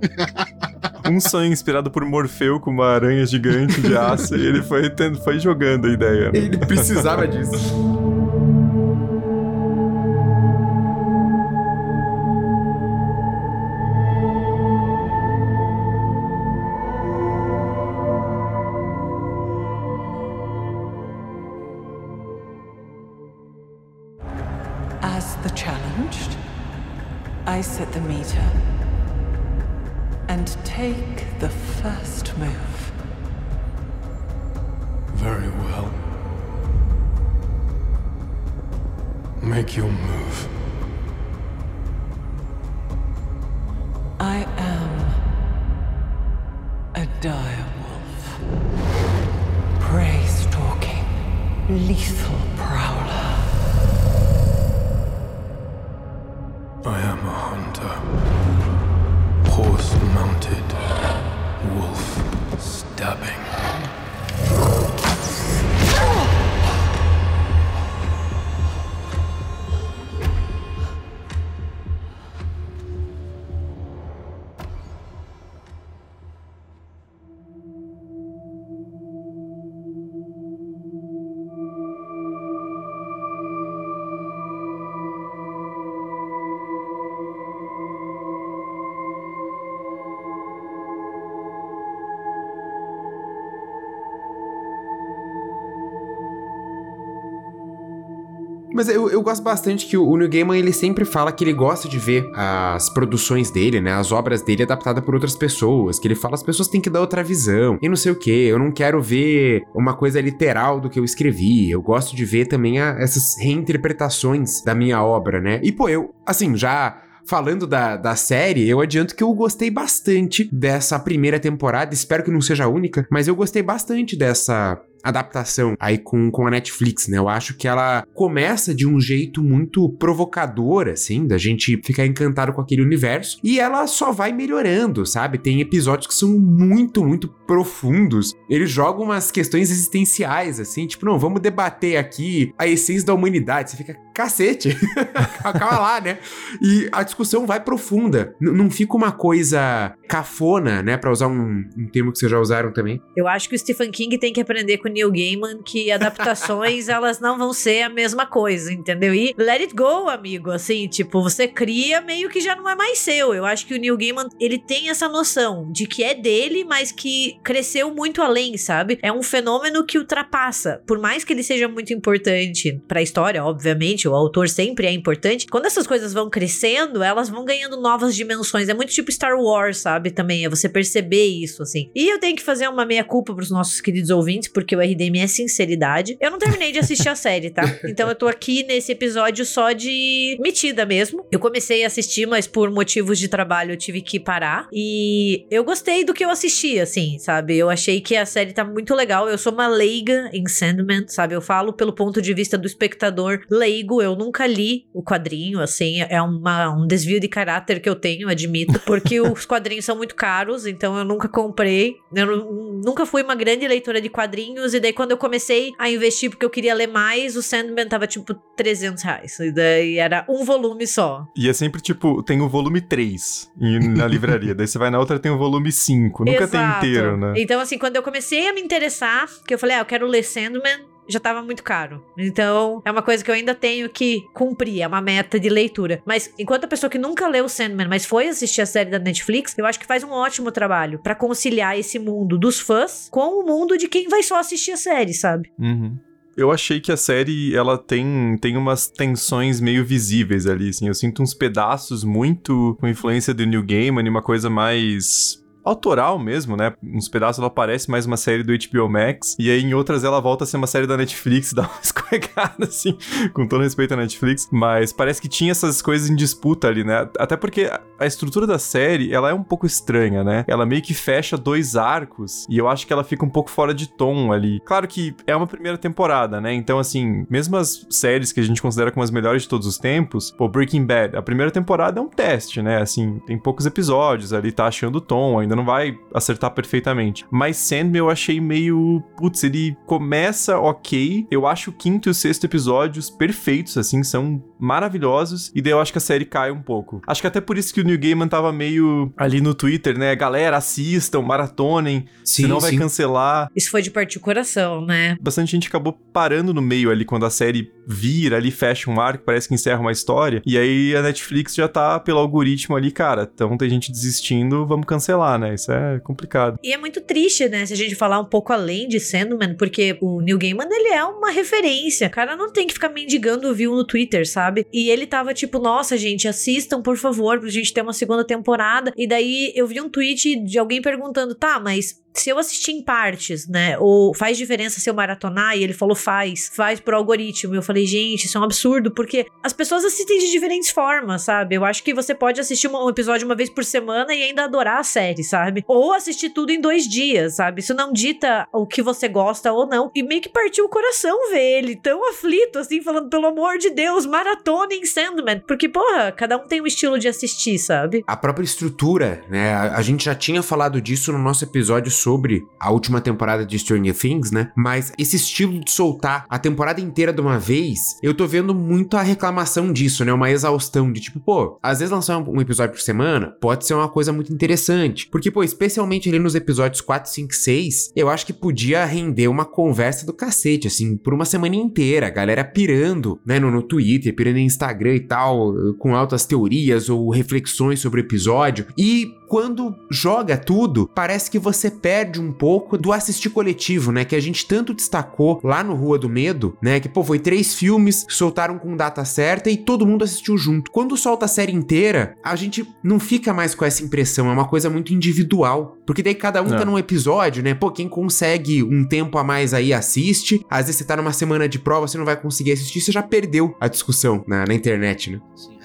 Um sonho inspirado por Morfeu com uma aranha gigante de aço e ele foi, tendo, foi jogando a ideia. Né? Ele precisava disso. As the challenged, I set the meter and take the first move. Very well. Make your move. I am a direwolf. Prey-stalking, lethal prowler. I am a hunter. Horse-mounted. Wolf stabbing. Mas eu, eu gosto bastante que o Neil Gaiman, ele sempre fala que ele gosta de ver as produções dele, né, as obras dele adaptadas por outras pessoas, que ele fala as pessoas têm que dar outra visão, e não sei o que, eu não quero ver uma coisa literal do que eu escrevi, eu gosto de ver também a, essas reinterpretações da minha obra, né, e pô, eu, assim, já... Falando da, da série, eu adianto que eu gostei bastante dessa primeira temporada, espero que não seja a única, mas eu gostei bastante dessa adaptação aí com, com a Netflix, né? Eu acho que ela começa de um jeito muito provocador, assim, da gente ficar encantado com aquele universo, e ela só vai melhorando, sabe? Tem episódios que são muito, muito profundos. Eles jogam umas questões existenciais, assim, tipo, não, vamos debater aqui a essência da humanidade. Você fica, cacete, calma lá, né? E a discussão vai profunda. N- não fica uma coisa cafona, né? Pra usar um, um termo que vocês já usaram também. Eu acho que o Stephen King tem que aprender com o Neil Gaiman que adaptações, elas não vão ser a mesma coisa, entendeu? E let it go, amigo, assim, tipo, você cria meio que já não é mais seu. Eu acho que o Neil Gaiman, ele tem essa noção de que é dele, mas que cresceu muito além, sabe? É um fenômeno que ultrapassa. Por mais que ele seja muito importante pra história, obviamente, o autor sempre é importante. Quando essas coisas vão crescendo, elas vão ganhando novas dimensões. É muito tipo Star Wars, sabe? Também é você perceber isso, assim. E eu tenho que fazer uma meia-culpa pros nossos queridos ouvintes, porque o R D M é sinceridade. Eu não terminei de assistir a série, tá? Então eu tô aqui nesse episódio só de metida mesmo. Eu comecei a assistir, mas por motivos de trabalho eu tive que parar. E eu gostei do que eu assisti, assim, sabe? Eu achei que a série tá muito legal. Eu sou uma leiga em Sandman, sabe? Eu falo pelo ponto de vista do espectador leigo. Eu nunca li o quadrinho, assim. É uma, um desvio de caráter que eu tenho, admito. Porque os quadrinhos são muito caros, então eu nunca comprei. Eu nu- nunca fui uma grande leitora de quadrinhos. E daí quando eu comecei a investir porque eu queria ler mais, o Sandman tava tipo trezentos reais. E daí era um volume só. E é sempre tipo, tem o volume três em- na livraria. Daí você vai na outra, tem o volume cinco. Nunca Exato. tem inteiro, né? Então, assim, quando eu comecei a me interessar, que eu falei, ah, eu quero ler Sandman, já tava muito caro. Então, é uma coisa que eu ainda tenho que cumprir, é uma meta de leitura. Mas, enquanto a pessoa que nunca leu Sandman, mas foi assistir a série da Netflix, eu acho que faz um ótimo trabalho pra conciliar esse mundo dos fãs com o mundo de quem vai só assistir a série, sabe? Uhum. Eu achei que a série, ela tem, tem umas tensões meio visíveis ali, assim. Eu sinto uns pedaços muito com influência do Neil Gaiman e uma coisa mais autoral mesmo, né? Uns pedaços ela parece mais uma série do H B O Max, e aí em outras ela volta a ser uma série da Netflix, dá uma escorregada, assim, com todo respeito à Netflix, mas parece que tinha essas coisas em disputa ali, né? Até porque a estrutura da série, ela é um pouco estranha, né? Ela meio que fecha dois arcos, e eu acho que ela fica um pouco fora de tom ali. Claro que é uma primeira temporada, né? Então, assim, mesmo as séries que a gente considera como as melhores de todos os tempos, pô, Breaking Bad, a primeira temporada é um teste, né? Assim, tem poucos episódios ali, tá achando o tom, ainda não vai acertar perfeitamente. Mas Sandman eu achei meio... Putz, ele começa ok. Eu acho o quinto e o sexto episódios perfeitos, assim, são maravilhosos. E daí eu acho que a série cai um pouco. Acho que até por isso que o Neil Gaiman tava meio ali no Twitter, né? Galera, assistam, maratonem, Sim, senão vai sim. cancelar. Isso foi de partir o coração, né? Bastante gente acabou parando no meio ali, quando a série vira ali, fecha um arco, parece que encerra uma história. E aí a Netflix já tá pelo algoritmo ali, cara. Então tem gente desistindo, vamos cancelar, né? Isso é complicado. E é muito triste, né, se a gente falar um pouco além de Sandman, porque o Neil Gaiman, ele é uma referência. O cara não tem que ficar mendigando view no Twitter, sabe? E ele tava tipo, nossa, gente, assistam, por favor, pra gente ter uma segunda temporada. E daí eu vi um tweet de alguém perguntando, tá, mas se eu assistir em partes, né, ou faz diferença se eu maratonar? E ele falou, faz, faz por algoritmo. E eu falei, gente, isso é um absurdo, porque as pessoas assistem de diferentes formas, sabe? Eu acho que você pode assistir um episódio uma vez por semana e ainda adorar a série, sabe? Ou assistir tudo em dois dias, sabe? Isso não dita o que você gosta ou não. E meio que partiu o coração ver ele tão aflito, assim, falando, pelo amor de Deus, maratona em Sandman. Porque, porra, cada um tem um estilo de assistir, sabe? A própria estrutura, né? A, a gente já tinha falado disso no nosso episódio sobre a última temporada de Stranger Things, né? Mas esse estilo de soltar a temporada inteira de uma vez, eu tô vendo muito a reclamação disso, né? Uma exaustão de tipo, pô, às vezes lançar um, um episódio por semana pode ser uma coisa muito interessante. Porque, pô, especialmente ali nos episódios quatro, cinco, seis, eu acho que podia render uma conversa do cacete, assim, por uma semana inteira. A galera pirando, né? No, no Twitter, pirando no Instagram e tal, com altas teorias ou reflexões sobre o episódio. E quando joga tudo, parece que você perde um pouco do assistir coletivo, né? Que a gente tanto destacou lá no Rua do Medo, né? Que, pô, foi três filmes, soltaram com data certa e todo mundo assistiu junto. Quando solta a série inteira, a gente não fica mais com essa impressão, é uma coisa muito individual. Porque daí cada um É. tá num episódio, né? Pô, quem consegue um tempo a mais aí assiste. Às vezes você tá numa semana de prova, você não vai conseguir assistir, você já perdeu a discussão na, na internet, né? Sim.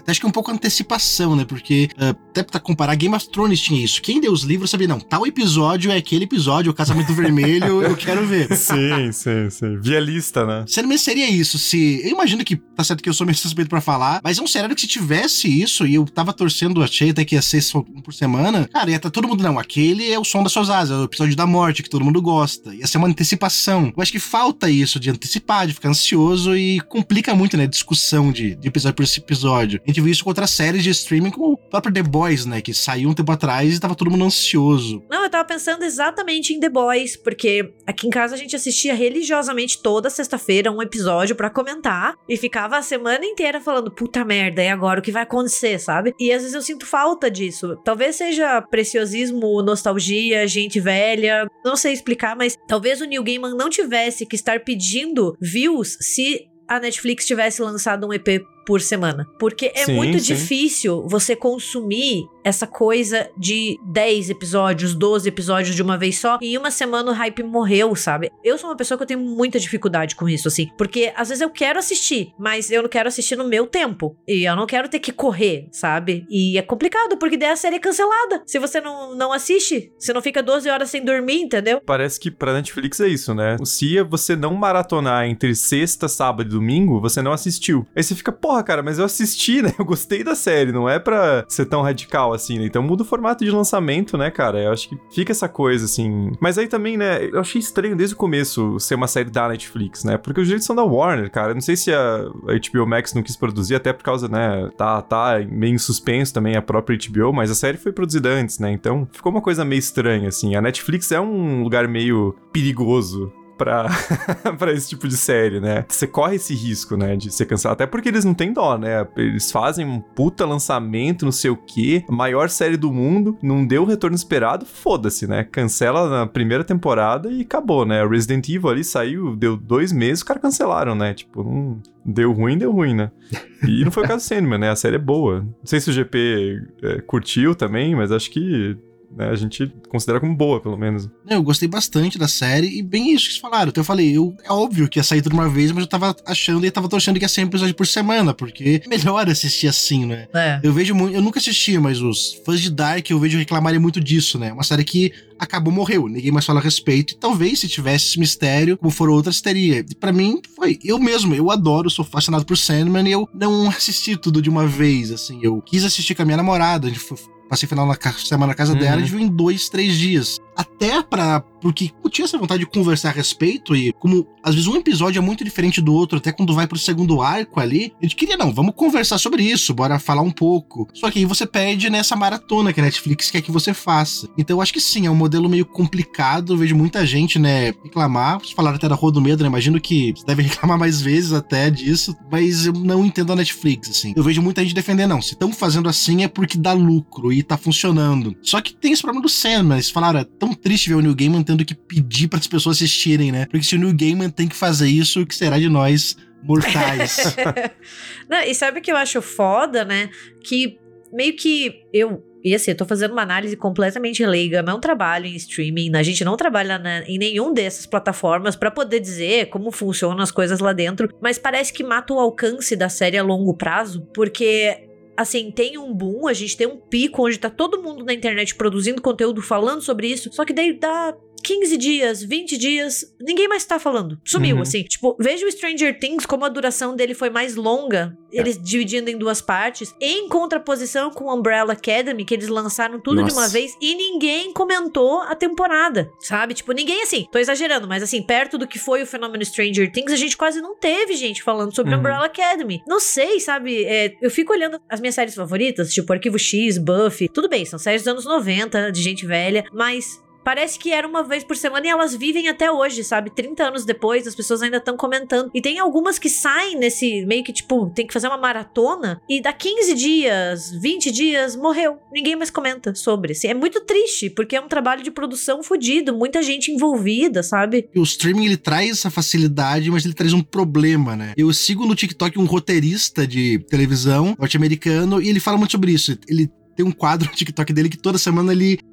acho que é um pouco antecipação, né? Porque, uh, até pra comparar, Game of Thrones tinha isso. Quem deu os livros sabia, não, tal episódio é aquele episódio, o Casamento Vermelho, eu quero ver. Sim, sim, sim. Via lista, né? Sandman seria isso, se... Eu imagino que, tá certo que eu sou meio suspeito pra falar, mas é um seriado que se tivesse isso, e eu tava torcendo, achei até que ia ser só um por semana, cara, ia estar todo mundo, não, aquele é o som das suas asas, é o episódio da morte, que todo mundo gosta. Ia ser uma antecipação. Eu acho que falta isso, de antecipar, de ficar ansioso, e complica muito, né, a discussão de, de episódio por esse episódio. A gente viu isso com outras séries de streaming, como o próprio The Boys, né, que saiu um tempo atrás e tava todo mundo ansioso. Não, eu tava pensando exatamente em The Boys, porque aqui em casa a gente assistia religiosamente toda sexta-feira um episódio pra comentar, e ficava a semana inteira falando, puta merda, e agora o que vai acontecer, sabe? E às vezes eu sinto falta disso. Talvez seja preciosismo, nostalgia, gente velha, não sei explicar, mas talvez o Neil Gaiman não tivesse que estar pedindo views se a Netflix tivesse lançado um E P por semana. Porque é Sim, muito sim. difícil você consumir essa coisa de dez episódios, doze episódios de uma vez só, e em uma semana o hype morreu, sabe? Eu sou uma pessoa que eu tenho muita dificuldade com isso, assim, porque às vezes eu quero assistir, mas eu não quero assistir no meu tempo, e eu não quero ter que correr, sabe? E é complicado, porque daí a série é cancelada. Se você não, não assiste, você não fica doze horas sem dormir, entendeu? Parece que pra Netflix é isso, né? Se você não maratonar entre sexta, sábado e domingo, você não assistiu. Aí você fica, porra, cara, mas eu assisti, né? Eu gostei da série, não é pra ser tão radical assim, né? Então muda o formato de lançamento, né, cara? Eu acho que fica essa coisa, assim... Mas aí também, né, eu achei estranho desde o começo ser uma série da Netflix, né? Porque os direitos são da Warner, cara. Eu não sei se a H B O Max não quis produzir, até por causa, né, tá, tá meio em suspenso também a própria H B O, mas a série foi produzida antes, né? Então ficou uma coisa meio estranha, assim. A Netflix é um lugar meio perigoso pra, pra esse tipo de série, né? Você corre esse risco, né, de ser cancelado. Até porque eles não têm dó, né? Eles fazem um puta lançamento, não sei o quê, maior série do mundo, não deu o retorno esperado, foda-se, né? Cancela na primeira temporada e acabou, né? Resident Evil ali saiu, deu dois meses, os caras cancelaram, né? Tipo, não... Deu ruim, deu ruim, né? E não foi o caso do Sandman, né? A série é boa. Não sei se o G P é, curtiu também, mas acho que... né, a gente considera como boa, pelo menos. Eu gostei bastante da série, e bem isso que vocês falaram. Então eu falei, eu, é óbvio que ia sair tudo de uma vez, mas eu tava achando e tava torcendo que ia ser um episódio por semana, porque é melhor assistir assim, né? É. Eu vejo muito, eu nunca assisti, mas os fãs de Dark eu vejo reclamarem muito disso, né? Uma série que acabou, morreu, ninguém mais fala a respeito, e talvez se tivesse esse mistério, como foram outras, teria. E pra mim, foi, eu mesmo, eu adoro, sou fascinado por Sandman, e eu não assisti tudo de uma vez, assim, eu quis assistir com a minha namorada, a gente foi... Passei final na semana na casa Uhum. dela, a gente viu em dois, três dias. Até pra... Porque eu tinha essa vontade de conversar a respeito, e como às vezes um episódio é muito diferente do outro, até quando vai pro segundo arco ali, a gente queria, não, vamos conversar sobre isso, bora falar um pouco. Só que aí você perde nessa maratona que a Netflix quer que você faça. Então eu acho que sim, é um modelo meio complicado, eu vejo muita gente, né, reclamar. Vocês falaram até da Rua do Medo, né, imagino que vocês devem reclamar mais vezes até disso, mas eu não entendo a Netflix, assim. Eu vejo muita gente defender, não, se estão fazendo assim é porque dá lucro e tá funcionando. Só que tem esse problema do Sandman, eles falaram, é tão triste ver o Neil Gaiman tendo que pedir para as pessoas assistirem, né? Porque se o Neil Gaiman tem que fazer isso, o que será de nós mortais? Não, e sabe o que eu acho foda, né? Que meio que eu... E assim, eu tô fazendo uma análise completamente leiga, não trabalho em streaming, a gente não trabalha na, em nenhum dessas plataformas pra poder dizer como funcionam as coisas lá dentro, mas parece que mata o alcance da série a longo prazo, porque... Assim, tem um boom, a gente tem um pico onde tá todo mundo na internet produzindo conteúdo, falando sobre isso, só que daí dá quinze dias, vinte dias, ninguém mais tá falando. Sumiu, Uhum. assim. Tipo, veja o Stranger Things, como a duração dele foi mais longa, eles dividindo em duas partes, em contraposição com Umbrella Academy, que eles lançaram tudo Nossa. de uma vez, e ninguém comentou a temporada, sabe? Tipo, ninguém, assim, tô exagerando, mas assim, perto do que foi o fenômeno Stranger Things, a gente quase não teve gente falando sobre Uhum. Umbrella Academy. Não sei, sabe? É, eu fico olhando as minhas séries favoritas, tipo Arquivo X, Buffy, tudo bem, são séries dos anos noventa, de gente velha, mas... Parece que era uma vez por semana e elas vivem até hoje, sabe? trinta anos depois, as pessoas ainda estão comentando. E tem algumas que saem nesse meio que, tipo, tem que fazer uma maratona e dá quinze dias, vinte dias, morreu. Ninguém mais comenta sobre. Assim, é muito triste, porque é um trabalho de produção fodido, muita gente envolvida, sabe? O streaming, ele traz essa facilidade, mas ele traz um problema, né? Eu sigo no TikTok um roteirista de televisão norte-americano e ele fala muito sobre isso. Ele tem um quadro no TikTok dele que toda semana ele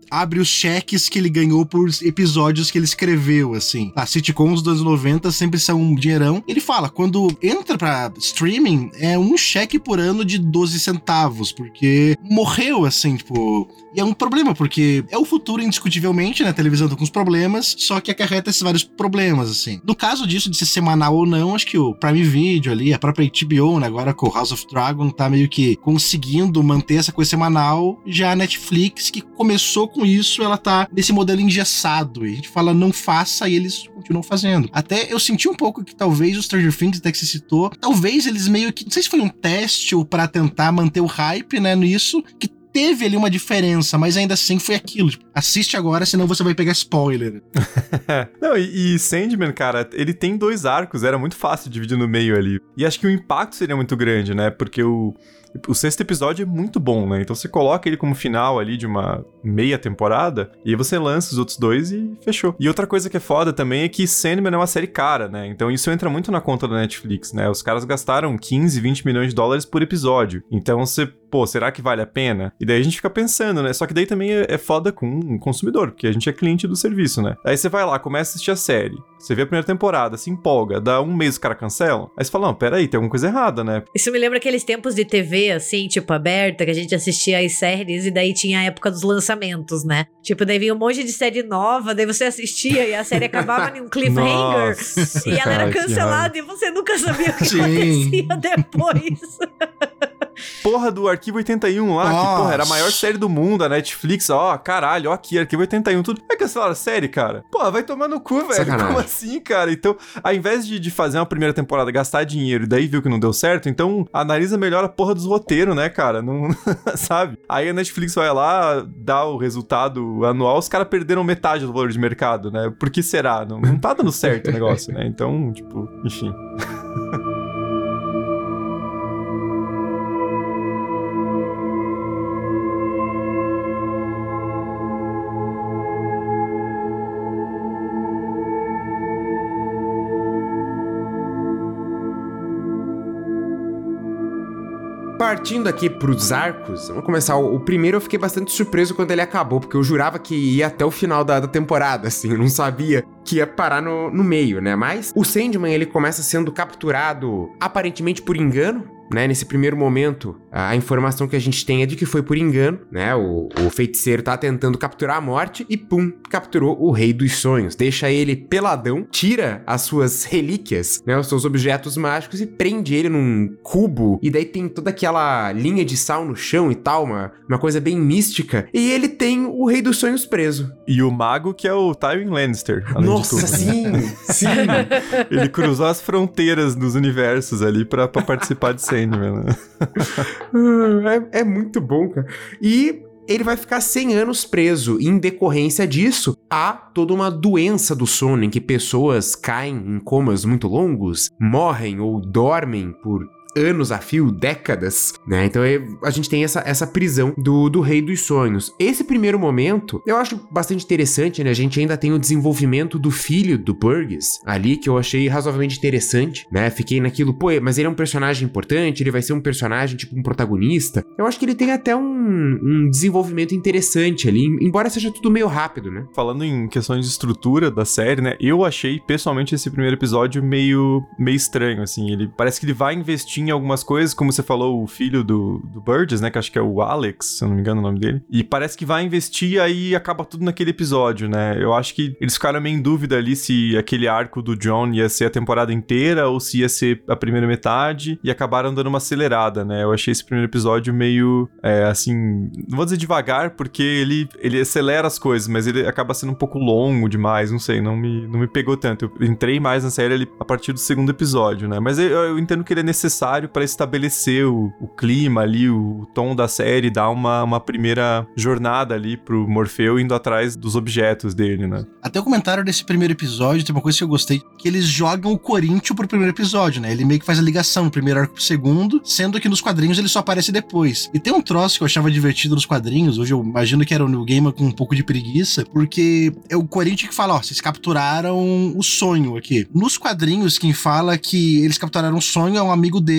abre os cheques que ele ganhou por episódios que ele escreveu, assim. As sitcoms dos anos noventa sempre são um dinheirão. Ele fala, quando entra pra streaming, é um cheque por ano de doze centavos, porque morreu, assim, tipo... E é um problema, porque é o futuro, indiscutivelmente, né? A televisão tá com os problemas, só que acarreta esses vários problemas, assim. No caso disso, de ser semanal ou não, acho que o Prime Video ali, a própria H B O, né? Agora com o House of Dragon, tá meio que conseguindo manter essa coisa semanal. Já a Netflix, que começou com isso, ela tá nesse modelo engessado. E a gente fala, não faça, e eles continuam fazendo. Até eu senti um pouco que talvez o Stranger Things, até que você citou, talvez eles meio que, não sei se foi um teste ou pra tentar manter o hype, né, nisso, que teve ali uma diferença, mas ainda assim foi aquilo. Tipo, assiste agora, senão você vai pegar spoiler. Não, e, e Sandman, cara, ele tem dois arcos, era muito fácil dividir no meio ali. E acho que o impacto seria muito grande, né? Porque o... O sexto episódio é muito bom, né? Então você coloca ele como final ali de uma meia temporada e aí você lança os outros dois e fechou. E outra coisa que é foda também é que Sandman é uma série cara, né? Então isso entra muito na conta da Netflix, né? Os caras gastaram quinze, vinte milhões de dólares por episódio. Então você, pô, será que vale a pena? E daí a gente fica pensando, né? Só que daí também é, é foda com o consumidor, porque a gente é cliente do serviço, né? Aí você vai lá, começa a assistir a série, você vê a primeira temporada, se empolga, dá um mês o cara cancela, aí você fala, não, peraí, tem alguma coisa errada, né? Isso me lembra aqueles tempos de T V, assim, tipo, aberta, que a gente assistia as séries e daí tinha a época dos lançamentos, né? Tipo, daí vinha um monte de série nova, daí você assistia e a série acabava em um cliffhanger. Nossa, e ela era cara, cancelada e você nunca sabia o que Sim. acontecia depois. Porra do Arquivo oitenta e um lá, Nossa. que, porra, era a maior série do mundo, a Netflix, ó, caralho, ó aqui, Arquivo oitenta e um, tudo. É cancelaram a série, cara? Porra, vai tomar no cu, velho. Sacanagem. Como assim, cara? Então, ao invés de, de fazer uma primeira temporada, gastar dinheiro e daí viu que não deu certo, então analisa melhor a porra dos roteiros, né, cara? Não, sabe? Aí a Netflix vai lá, dá o resultado anual, os caras perderam metade do valor de mercado, né? Por que será? Não, não tá dando certo o negócio, né? Então, tipo, enfim... Partindo aqui pros arcos, vamos começar. O, o primeiro eu fiquei bastante surpreso quando ele acabou, porque eu jurava que ia até o final da, da temporada, assim, eu não sabia que ia parar no, no meio, né? Mas o Sandman, ele começa sendo capturado aparentemente por engano, né? Nesse primeiro momento, a informação que a gente tem é de que foi por engano, né? O, o feiticeiro tá tentando capturar a morte e pum, capturou o Rei dos Sonhos. Deixa ele peladão, tira as suas relíquias, né? Os seus objetos mágicos e prende ele num cubo. E daí tem toda aquela linha de sal no chão e tal, uma, uma coisa bem mística. E ele tem o Rei dos Sonhos preso. E o mago que é o Tywin Lannister, além Nossa, de tudo. sim, sim. Ele cruzou as fronteiras dos universos ali pra, pra participar de Sandman, né? é, é muito bom, cara. E ele vai ficar cem anos preso. E em decorrência disso, há toda uma doença do sono em que pessoas caem em comas muito longos, morrem ou dormem por anos a fio, décadas, né? Então é, a gente tem essa, essa prisão do, do Rei dos Sonhos. Esse primeiro momento, eu acho bastante interessante, né? A gente ainda tem o desenvolvimento do filho do Burgess ali, que eu achei razoavelmente interessante, né? Fiquei naquilo, pô, mas ele é um personagem importante, ele vai ser um personagem, tipo, um protagonista. Eu acho que ele tem até um, um desenvolvimento interessante ali, embora seja tudo meio rápido, né? Falando em questões de estrutura da série, né? Eu achei, pessoalmente, esse primeiro episódio meio, meio estranho, assim. Ele parece que ele vai investir em algumas coisas, como você falou, o filho do, do Burgess, né, que acho que é o Alex, se eu não me engano o nome dele, e parece que vai investir, aí acaba tudo naquele episódio, né, eu acho que eles ficaram meio em dúvida ali se aquele arco do John ia ser a temporada inteira, ou se ia ser a primeira metade, e acabaram dando uma acelerada, né, eu achei esse primeiro episódio meio, é, assim, não vou dizer devagar, porque ele, ele acelera as coisas, mas ele acaba sendo um pouco longo demais, não sei, não me, não me pegou tanto, eu entrei mais na série ali a partir do segundo episódio, né, mas eu, eu entendo que ele é necessário para estabelecer o, o clima ali, o, o tom da série, dar uma, uma primeira jornada ali pro Morfeu indo atrás dos objetos dele, né? Até o comentário desse primeiro episódio, tem uma coisa que eu gostei, que eles jogam o Corinthians pro primeiro episódio, né? Ele meio que faz a ligação, primeiro arco pro segundo, sendo que nos quadrinhos ele só aparece depois. E tem um troço que eu achava divertido nos quadrinhos, hoje eu imagino que era o New Gamer com um pouco de preguiça, porque é o Corinthians que fala, ó, vocês capturaram o sonho aqui. Nos quadrinhos, quem fala que eles capturaram o sonho é um amigo dele,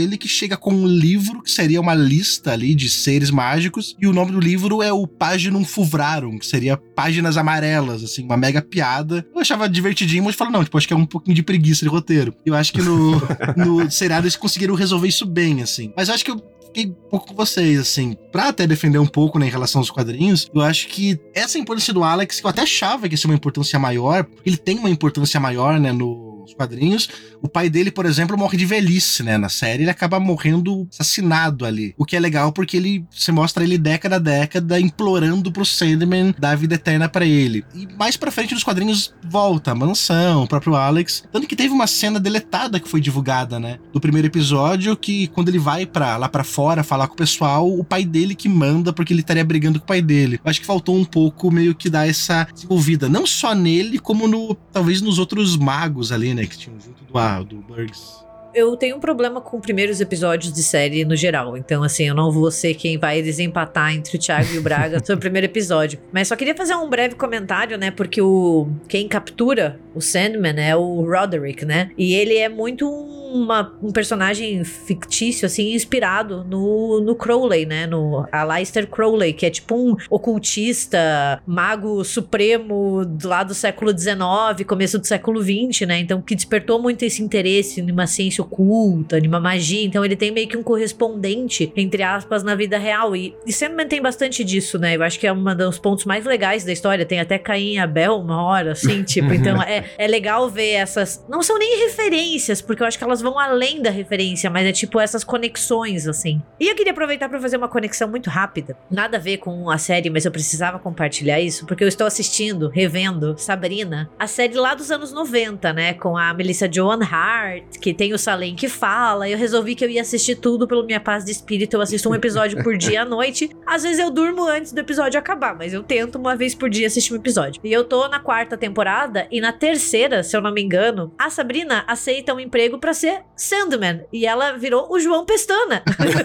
dele que chega com um livro que seria uma lista ali de seres mágicos, e o nome do livro é o Paginum Fulvrarum, que seria páginas amarelas, assim, uma mega piada. Eu achava divertidinho, mas falei, não, tipo, acho que é um pouquinho de preguiça de roteiro. Eu acho que no, no seriado eles conseguiram resolver isso bem, assim. Mas eu acho que eu fiquei um pouco com vocês, assim, pra até defender um pouco, né, em relação aos quadrinhos, eu acho que essa importância do Alex, que eu até achava que ia ser uma importância maior, ele tem uma importância maior, né, nos quadrinhos. O pai dele, por exemplo, morre de velhice, né, na série, ele acaba morrendo assassinado ali, o que é legal porque ele, se mostra ele década a década implorando pro Sandman dar a vida eterna pra ele. E mais pra frente nos quadrinhos volta a mansão, o próprio Alex, tanto que teve uma cena deletada que foi divulgada, né, do primeiro episódio, que quando ele vai pra, lá pra fora falar com o pessoal, o pai dele que manda, porque ele estaria brigando com o pai dele. Eu acho que faltou um pouco meio que dar essa desenvolvida, não só nele, como no, talvez nos outros magos ali, né, que tinham junto do, ah, do Burgs. Eu tenho um problema com primeiros episódios de série no geral, então assim, eu não vou ser quem vai desempatar entre o Thiago e o Braga sobre o primeiro episódio. Mas só queria fazer um breve comentário, né, porque o quem captura o Sandman é o Roderick, né, e ele é muito uma, um personagem fictício, assim, inspirado no, no Crowley, né, no Aleister Crowley, que é tipo um ocultista, mago supremo do lá do século dezenove, começo do século vinte, né, então que despertou muito esse interesse numa ciência oculta, numa magia, então ele tem meio que um correspondente, entre aspas, na vida real, e, e Sandman tem bastante disso, né, eu acho que é um dos pontos mais legais da história, tem até Caim e Abel uma hora, assim, tipo, então é, é legal ver essas, não são nem referências, porque eu acho que elas vão além da referência, mas é tipo essas conexões, assim. E eu queria aproveitar pra fazer uma conexão muito rápida, nada a ver com a série, mas eu precisava compartilhar isso, porque eu estou assistindo, revendo Sabrina, a série lá dos anos noventa, né, com a Melissa Joan Hart, que tem o Salem que fala, eu resolvi que eu ia assistir tudo pela minha paz de espírito, eu assisto um episódio por dia à noite, às vezes eu durmo antes do episódio acabar, mas eu tento uma vez por dia assistir um episódio. E eu tô na quarta temporada, e na terceira, se eu não me engano, a Sabrina aceita um emprego pra ser Sandman, e ela virou o João Pestana.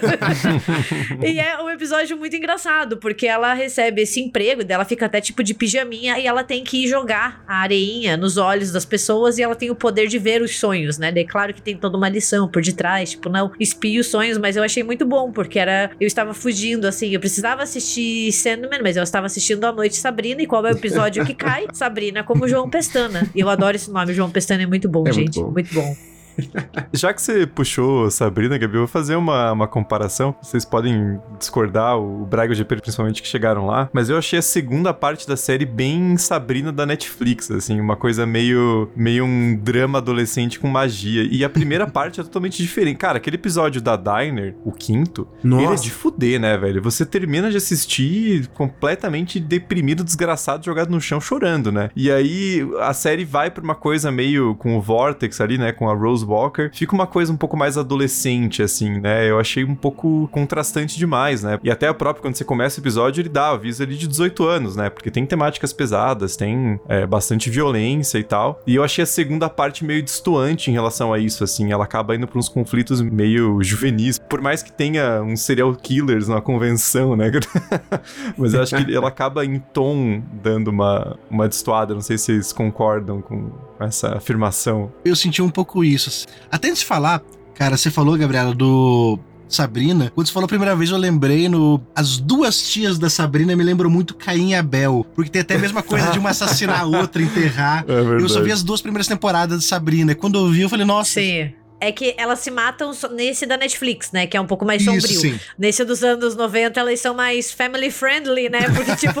E é um episódio muito engraçado, porque ela recebe esse emprego, dela fica até tipo de pijaminha, e ela tem que ir jogar a areinha nos olhos das pessoas, e ela tem o poder de ver os sonhos, né? Daí claro que tem toda uma lição por detrás, tipo, não espie os sonhos, mas eu achei muito bom, porque era, eu estava fugindo, assim, eu precisava assistir Sandman, mas eu estava assistindo à noite Sabrina, e qual é o episódio que cai? Sabrina como João Pestana. E eu adoro esse nome, João Pestana é muito bom, é gente, muito bom. muito bom. Já que você puxou Sabrina, Gabi, eu vou fazer uma, uma comparação. Vocês podem discordar, o Braga e o G P principalmente que chegaram lá, mas eu achei a segunda parte da série bem Sabrina da Netflix, assim, uma coisa meio, meio um drama adolescente com magia. E a primeira parte é totalmente diferente. Cara, aquele episódio da Diner, o quinto, Nossa. ele é de fuder, né, velho? Você termina de assistir completamente deprimido, desgraçado, jogado no chão, chorando, né? E aí a série vai pra uma coisa meio com o Vortex ali, né, com a Rose Walker, fica uma coisa um pouco mais adolescente, assim, né? Eu achei um pouco contrastante demais, né? E até a própria, quando você começa o episódio, ele dá aviso ali de dezoito anos, né? Porque tem temáticas pesadas, tem é, bastante violência e tal. E eu achei a segunda parte meio destoante em relação a isso, assim. Ela acaba indo pra uns conflitos meio juvenis. Por mais que tenha uns serial killers na convenção, né? Mas eu acho que ela acaba em tom dando uma, uma destoada. Não sei se vocês concordam com essa afirmação. Eu senti um pouco isso. Até antes de falar, cara, você falou, Gabriela, do Sabrina. Quando você falou a primeira vez, eu lembrei no... As duas tias da Sabrina me lembram muito Caim e Abel. Porque tem até a mesma coisa de uma assassinar a outra, enterrar. É verdade. Eu só vi as duas primeiras temporadas de Sabrina. E quando eu vi, eu falei, nossa... Sim. É que elas se matam nesse da Netflix, né? Que é um pouco mais sombrio. Isso, sim. Nesse dos anos noventa, elas são mais family friendly, né? Porque, tipo...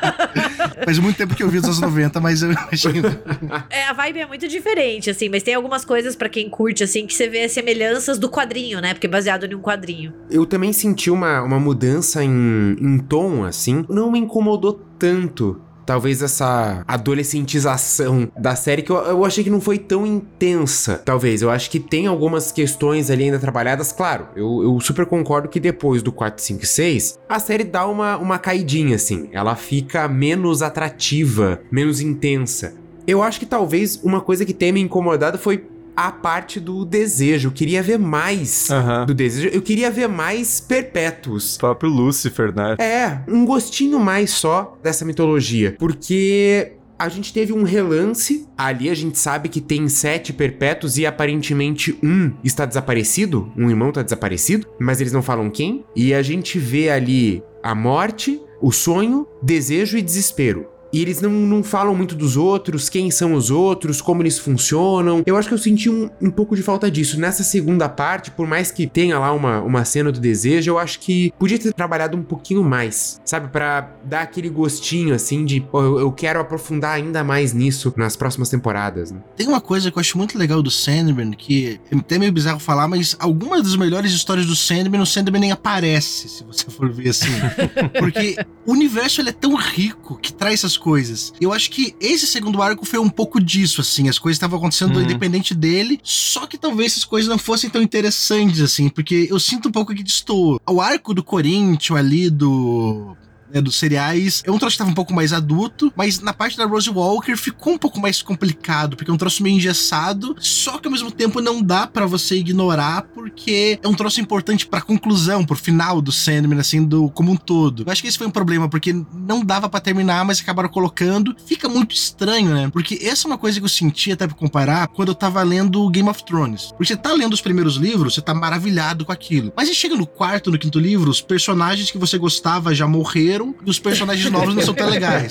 Faz muito tempo que eu vi os anos noventa, mas eu achei... É, a vibe é muito diferente, assim. Mas tem algumas coisas pra quem curte, assim, que você vê as semelhanças do quadrinho, né? Porque é baseado em um quadrinho. Eu também senti uma, uma mudança em, em tom, assim. Não me incomodou tanto. Talvez essa adolescentização da série, que eu, eu achei que não foi tão intensa. Talvez, eu acho que tem algumas questões ali ainda trabalhadas. Claro, eu, eu super concordo que depois do quatro, cinco e seis, a série dá uma, uma caidinha, assim. Ela fica menos atrativa, menos intensa. Eu acho que talvez uma coisa que tenha me incomodado foi a parte do desejo. Eu queria ver mais Uhum. do desejo. Eu queria ver mais Perpétuos. O próprio Lucifer, né? É, um gostinho mais só dessa mitologia. Porque a gente teve um relance. Ali a gente sabe que tem sete perpétuos e aparentemente um está desaparecido. Um irmão está desaparecido, mas eles não falam quem. E a gente vê ali a morte, o sonho, desejo e desespero. E eles não, não falam muito dos outros, quem são os outros, como eles funcionam. Eu acho que eu senti um, um pouco de falta disso. Nessa segunda parte, por mais que tenha lá uma, uma cena do desejo, eu acho que podia ter trabalhado um pouquinho mais, sabe? Pra dar aquele gostinho, assim, de, pô, eu, eu quero aprofundar ainda mais nisso nas próximas temporadas, né? Tem uma coisa que eu acho muito legal do Sandman, que é até meio bizarro falar, mas algumas das melhores histórias do Sandman, o Sandman nem aparece, se você for ver assim. Porque o universo, ele é tão rico que traz essas coisas. coisas. Eu acho que esse segundo arco foi um pouco disso, assim, as coisas estavam acontecendo uhum. independente dele, só que talvez essas coisas não fossem tão interessantes, assim, porque eu sinto um pouco que destoou. O arco do Corinthians ali, do... Né, dos cereais, é um troço que tava um pouco mais adulto, mas na parte da Rose Walker ficou um pouco mais complicado, porque é um troço meio engessado, só que ao mesmo tempo não dá pra você ignorar, porque é um troço importante pra conclusão, pro final do Sandman, assim, do, como um todo. Eu acho que esse foi um problema, porque não dava pra terminar, mas acabaram colocando. Fica muito estranho, né? Porque essa é uma coisa que eu senti, até pra comparar, quando eu tava lendo Game of Thrones. Porque você tá lendo os primeiros livros, você tá maravilhado com aquilo. Mas aí chega no quarto, no quinto livro, os personagens que você gostava já morreram, e os personagens novos não são tão legais.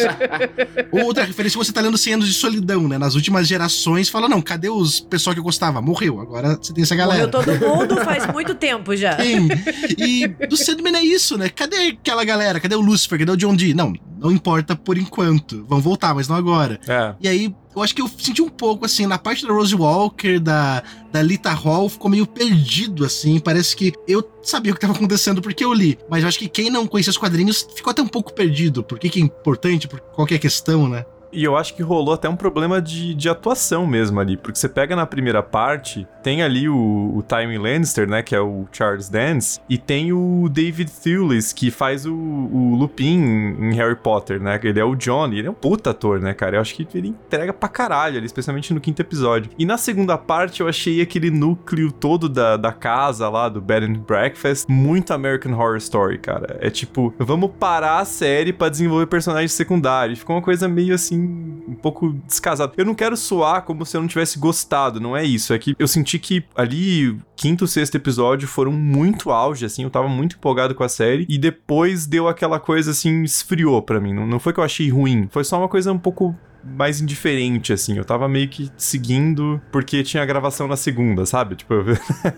Outra referência, você tá lendo cem anos de solidão, né? Nas últimas gerações, fala, não, cadê os pessoal que eu gostava? Morreu, agora você tem essa galera. Morreu todo mundo faz muito tempo já. Sim. E do Sandman é isso, né? Cadê aquela galera? Cadê o Lucifer? Cadê o John Dee? Não, não importa por enquanto. Vão voltar, mas não agora. É. E aí, eu acho que eu senti um pouco, assim, na parte da Rose Walker, da, da Lita Hall, ficou meio perdido, assim. Parece que eu sabia o que estava acontecendo porque eu li. Mas eu acho que quem não conhecia os quadrinhos ficou até um pouco perdido. Por que que é importante? Por qual que é a questão, né? E eu acho que rolou até um problema de, de atuação mesmo ali, porque você pega na primeira parte, tem ali o, o Tywin Lannister, né, que é o Charles Dance, e tem o David Thewlis, que faz o, o Lupin em Harry Potter, né, ele é o Johnny, ele é um puta ator, né, cara, eu acho que ele entrega pra caralho ali, especialmente no quinto episódio. E na segunda parte eu achei aquele núcleo todo da, da casa lá, do Bed and Breakfast, muito American Horror Story, cara. É tipo, vamos parar a série pra desenvolver personagens secundários, ficou uma coisa meio assim, um pouco descasado. Eu não quero soar como se eu não tivesse gostado, não é isso. É que eu senti que ali, quinto, sexto episódio foram muito auge, assim, eu tava muito empolgado com a série, e depois deu aquela coisa, assim, esfriou pra mim. Não, não foi que eu achei ruim, foi só uma coisa um pouco mais indiferente, assim. Eu tava meio que seguindo porque tinha a gravação na segunda, sabe? Tipo, eu vi,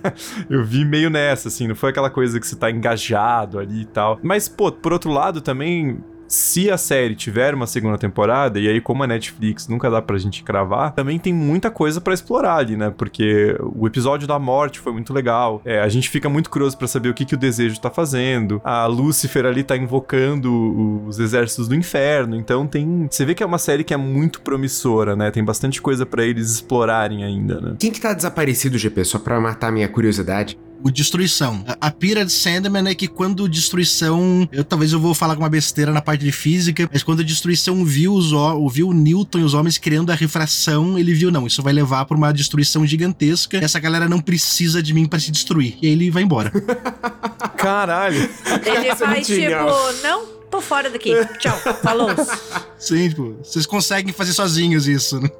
eu vi meio nessa, assim, não foi aquela coisa que você tá engajado ali e tal. Mas, pô, por outro lado, também, se a série tiver uma segunda temporada, e aí como a Netflix nunca dá pra gente cravar, também tem muita coisa pra explorar ali, né? Porque o episódio da morte foi muito legal, é, a gente fica muito curioso pra saber o que, que o desejo tá fazendo, a Lucifer ali tá invocando os exércitos do inferno, então tem... Você vê que é uma série que é muito promissora, né? Tem bastante coisa pra eles explorarem ainda, né? Quem que tá desaparecido, G P? Só pra matar minha curiosidade. O Destruição. A, a pira de Sandman é que quando Destruição... Eu, talvez eu vou falar com uma besteira na parte de física, mas quando a Destruição viu, os, viu o Newton e os homens criando a refração, ele viu, não, isso vai levar pra uma destruição gigantesca, essa galera não precisa de mim pra se destruir. E aí ele vai embora. Caralho! Ele faz tipo, não, tô fora daqui, tchau, falou. Sim, tipo, vocês conseguem fazer sozinhos isso, né?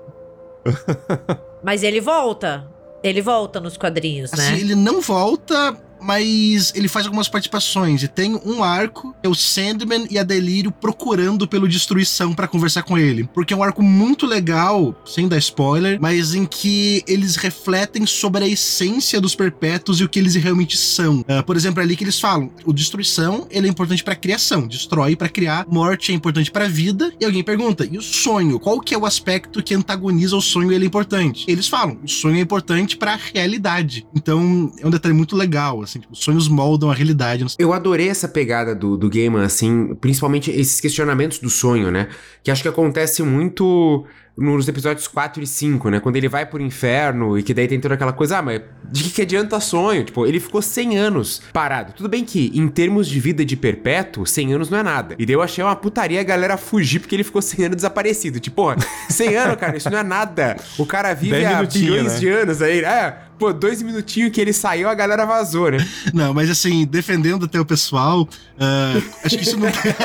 Mas ele volta. Ele volta nos quadrinhos, né? Assim, ele não volta, mas ele faz algumas participações. E tem um arco, que é o Sandman e a Delírio procurando pelo Destruição pra conversar com ele. Porque é um arco muito legal, sem dar spoiler, mas em que eles refletem sobre a essência dos perpétuos e o que eles realmente são. Uh, por exemplo, é ali que eles falam, o Destruição, ele é importante pra criação, destrói pra criar, morte é importante pra vida, e alguém pergunta, e o sonho? Qual que é o aspecto que antagoniza o sonho e ele é importante? Eles falam, o sonho é importante pra realidade. Então, é um detalhe muito legal, assim, tipo, os sonhos moldam a realidade. Eu adorei essa pegada do, do Gaiman, assim, principalmente esses questionamentos do sonho, né? Que acho que acontece muito nos episódios quatro e cinco, né? Quando ele vai pro inferno e que daí tem toda aquela coisa, ah, mas de que, que adianta sonho? Tipo, ele ficou cem anos parado. Tudo bem que, em termos de vida de perpétuo, cem anos não é nada. E daí eu achei uma putaria a galera fugir porque ele ficou cem anos desaparecido. Tipo, porra, cem anos, cara, isso não é nada. O cara vive há bilhões né? de anos aí. É, Pô, dois minutinhos que ele saiu, a galera vazou, né? Não, mas assim, defendendo até o pessoal, uh, acho que isso não tem...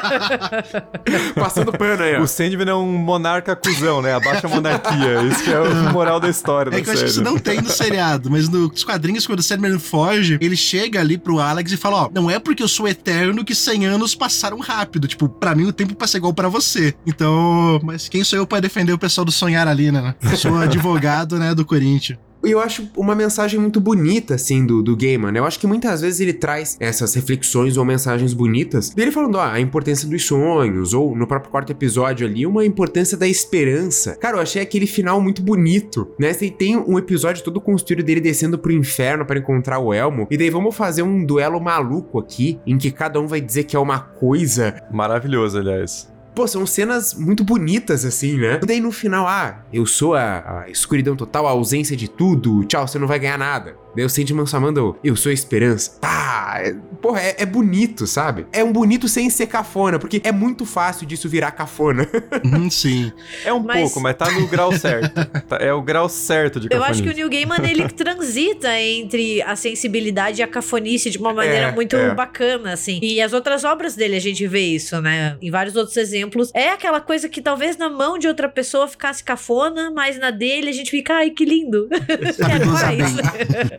Passando pano aí, ó. O Sandman é um monarca cuzão, né? Abaixa a monarquia. Isso que é o moral da história. É que eu acho que isso não tem no seriado, mas nos quadrinhos, quando o Sandman foge, ele chega ali pro Alex e fala, ó, não é porque eu sou eterno que cem anos passaram rápido. Tipo, pra mim o tempo passa igual pra você. Então, mas quem sou eu pra defender o pessoal do sonhar ali, né? Eu sou advogado, né, do Corinthians. E eu acho uma mensagem muito bonita, assim, do, do Gaiman. Eu acho que muitas vezes ele traz essas reflexões ou mensagens bonitas dele falando, ó, a importância dos sonhos, ou no próprio quarto episódio ali, uma importância da esperança. Cara, eu achei aquele final muito bonito, né? E tem um episódio todo construído dele descendo pro inferno para encontrar o Elmo, e daí vamos fazer um duelo maluco aqui, em que cada um vai dizer que é uma coisa. Maravilhoso, aliás. Pô, são cenas muito bonitas, assim, né? E daí no final, ah, eu sou a, a escuridão total, a ausência de tudo, tchau, você não vai ganhar nada. Daí o Sandman só manda o, eu sou a esperança. Tá, é, porra, é, é bonito, sabe? É um bonito sem ser cafona, porque é muito fácil disso virar cafona. Hum, sim. É um Mas- pouco, mas tá no grau certo. Tá- É o grau certo de Eu cafonice. acho que o Neil Gaiman, ele transita entre a sensibilidade e a cafonice de uma maneira É, muito é. bacana, assim. E as outras obras dele, a gente vê isso, né? Em vários outros exemplos. É aquela coisa que talvez na mão de outra pessoa ficasse cafona, mas na dele a gente fica, ai, que lindo. Sabe Quero dosar mais. bem.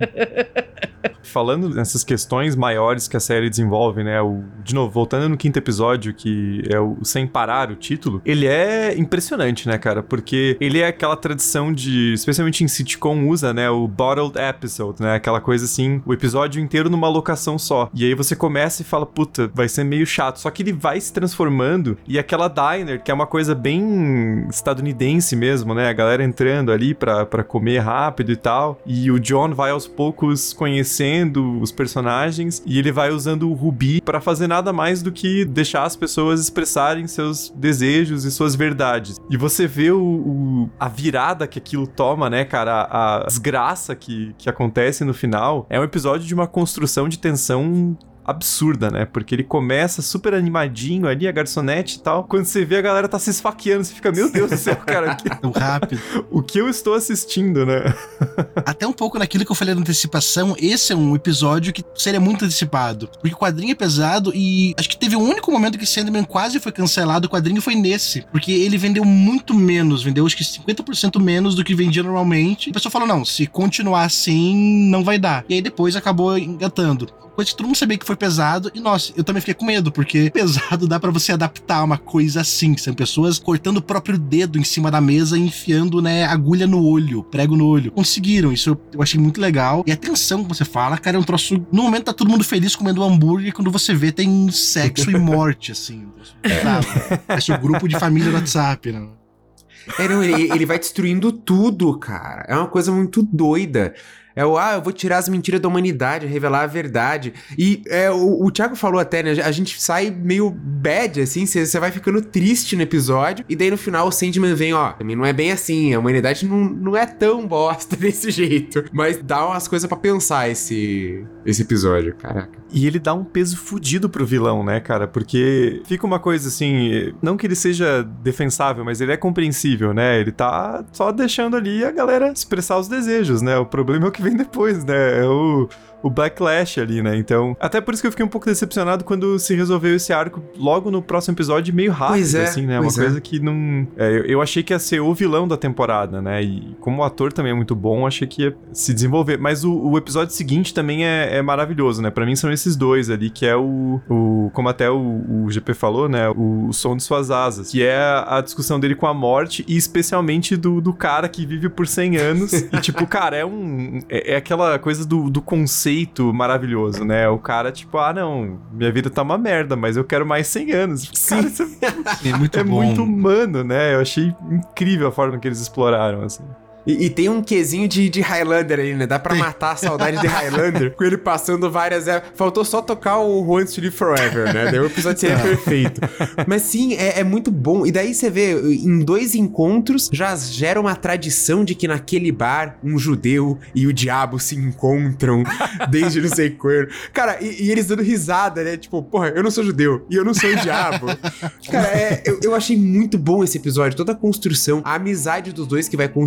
Falando nessas questões maiores que a série desenvolve, né? O, de novo, voltando no quinto episódio, que é o Sem Parar, o título, ele é impressionante, né, cara? Porque ele é aquela tradição de, especialmente em sitcom, usa, né? O bottled episode, né? Aquela coisa assim, o episódio inteiro numa locação só. E aí você começa e fala, puta, vai ser meio chato. Só que ele vai se transformando e aquela diner, que é uma coisa bem estadunidense mesmo, né? A galera entrando ali pra, pra comer rápido e tal. E o John vai aos poucos conhecendo os personagens e ele vai usando o Ruby pra fazer nada mais do que deixar as pessoas expressarem seus desejos e suas verdades. E você vê o, o- a virada que aquilo toma, né, cara? A, a desgraça que, que acontece no final. É um episódio de uma construção de tensão absurda, né? Porque ele começa super animadinho ali, a garçonete e tal. Quando você vê a galera tá se esfaqueando, você fica, meu Deus do céu, cara, que- Tão rápido. o que eu estou assistindo, né? Até um pouco naquilo que eu falei da antecipação, esse é um episódio que seria muito antecipado. Porque o quadrinho é pesado e acho que teve um único momento que Sandman quase foi cancelado, o quadrinho foi nesse. Porque ele vendeu muito menos, vendeu acho que cinquenta por cento menos do que vendia normalmente. A pessoa falou, não, se continuar assim, não vai dar. E aí depois acabou engatando. Coisa que todo mundo sabia que foi pesado. E, nossa, eu também fiquei com medo, porque pesado dá pra você adaptar uma coisa assim. São pessoas cortando o próprio dedo em cima da mesa e enfiando, né, agulha no olho, prego no olho. Conseguiram, isso eu, eu achei muito legal. E a tensão que você fala, cara, é um troço... No momento tá todo mundo feliz comendo hambúrguer, e quando você vê tem sexo e morte, assim. Sabe? Parece o grupo de família do WhatsApp, né? É, não, ele, ele vai destruindo tudo, cara. É uma coisa muito doida. É o, ah, eu vou tirar as mentiras da humanidade, revelar a verdade. E é, o, o Thiago falou até, né? A gente sai meio bad, assim, você vai ficando triste no episódio. E daí no final o Sandman vem, ó, também não é bem assim. A humanidade não, não é tão bosta desse jeito. Mas dá umas coisas pra pensar esse, esse episódio, caraca. E ele dá um peso fudido pro vilão, né, cara? Porque fica uma coisa assim, não que ele seja defensável, mas ele é compreensível, né? Ele tá só deixando ali a galera expressar os desejos, né? O problema é o que vem depois, né? É o, o backlash ali, né? Então, até por isso que eu fiquei um pouco decepcionado quando se resolveu esse arco logo no próximo episódio, meio rápido, Pois é, assim, né? Uma pois é. coisa que não... é, eu, eu achei que ia ser o vilão da temporada, né? E como o ator também é muito bom, achei que ia se desenvolver. Mas o, o episódio seguinte também é, é maravilhoso, né? Pra mim são esses dois ali, que é o... o como até o, o G P falou, né? O, o som de suas asas. Que é a, a discussão dele com a morte e especialmente do, do cara que vive por cem anos. E tipo, cara, é um... É, é aquela coisa do, do conceito maravilhoso, né? O cara, tipo, ah, não, minha vida tá uma merda, mas eu quero mais cem anos. Cara, isso é, É muito é bom. muito humano, né? Eu achei incrível a forma que eles exploraram, assim. E, e tem um quesinho de, de Highlander ali, né? Dá pra matar a saudade de Highlander com ele passando várias... É, faltou só tocar o Who Wants to Live Forever, né? Daí o episódio seria perfeito. Mas sim, é, é muito bom. E daí você vê, em dois encontros, já gera uma tradição de que naquele bar, um judeu e o diabo se encontram desde não sei quando. Cara, e, e eles dando risada, né? Tipo, porra, eu não sou judeu e eu não sou o diabo. Cara, é, eu, eu achei muito bom esse episódio. Toda a construção, a amizade dos dois que vai construindo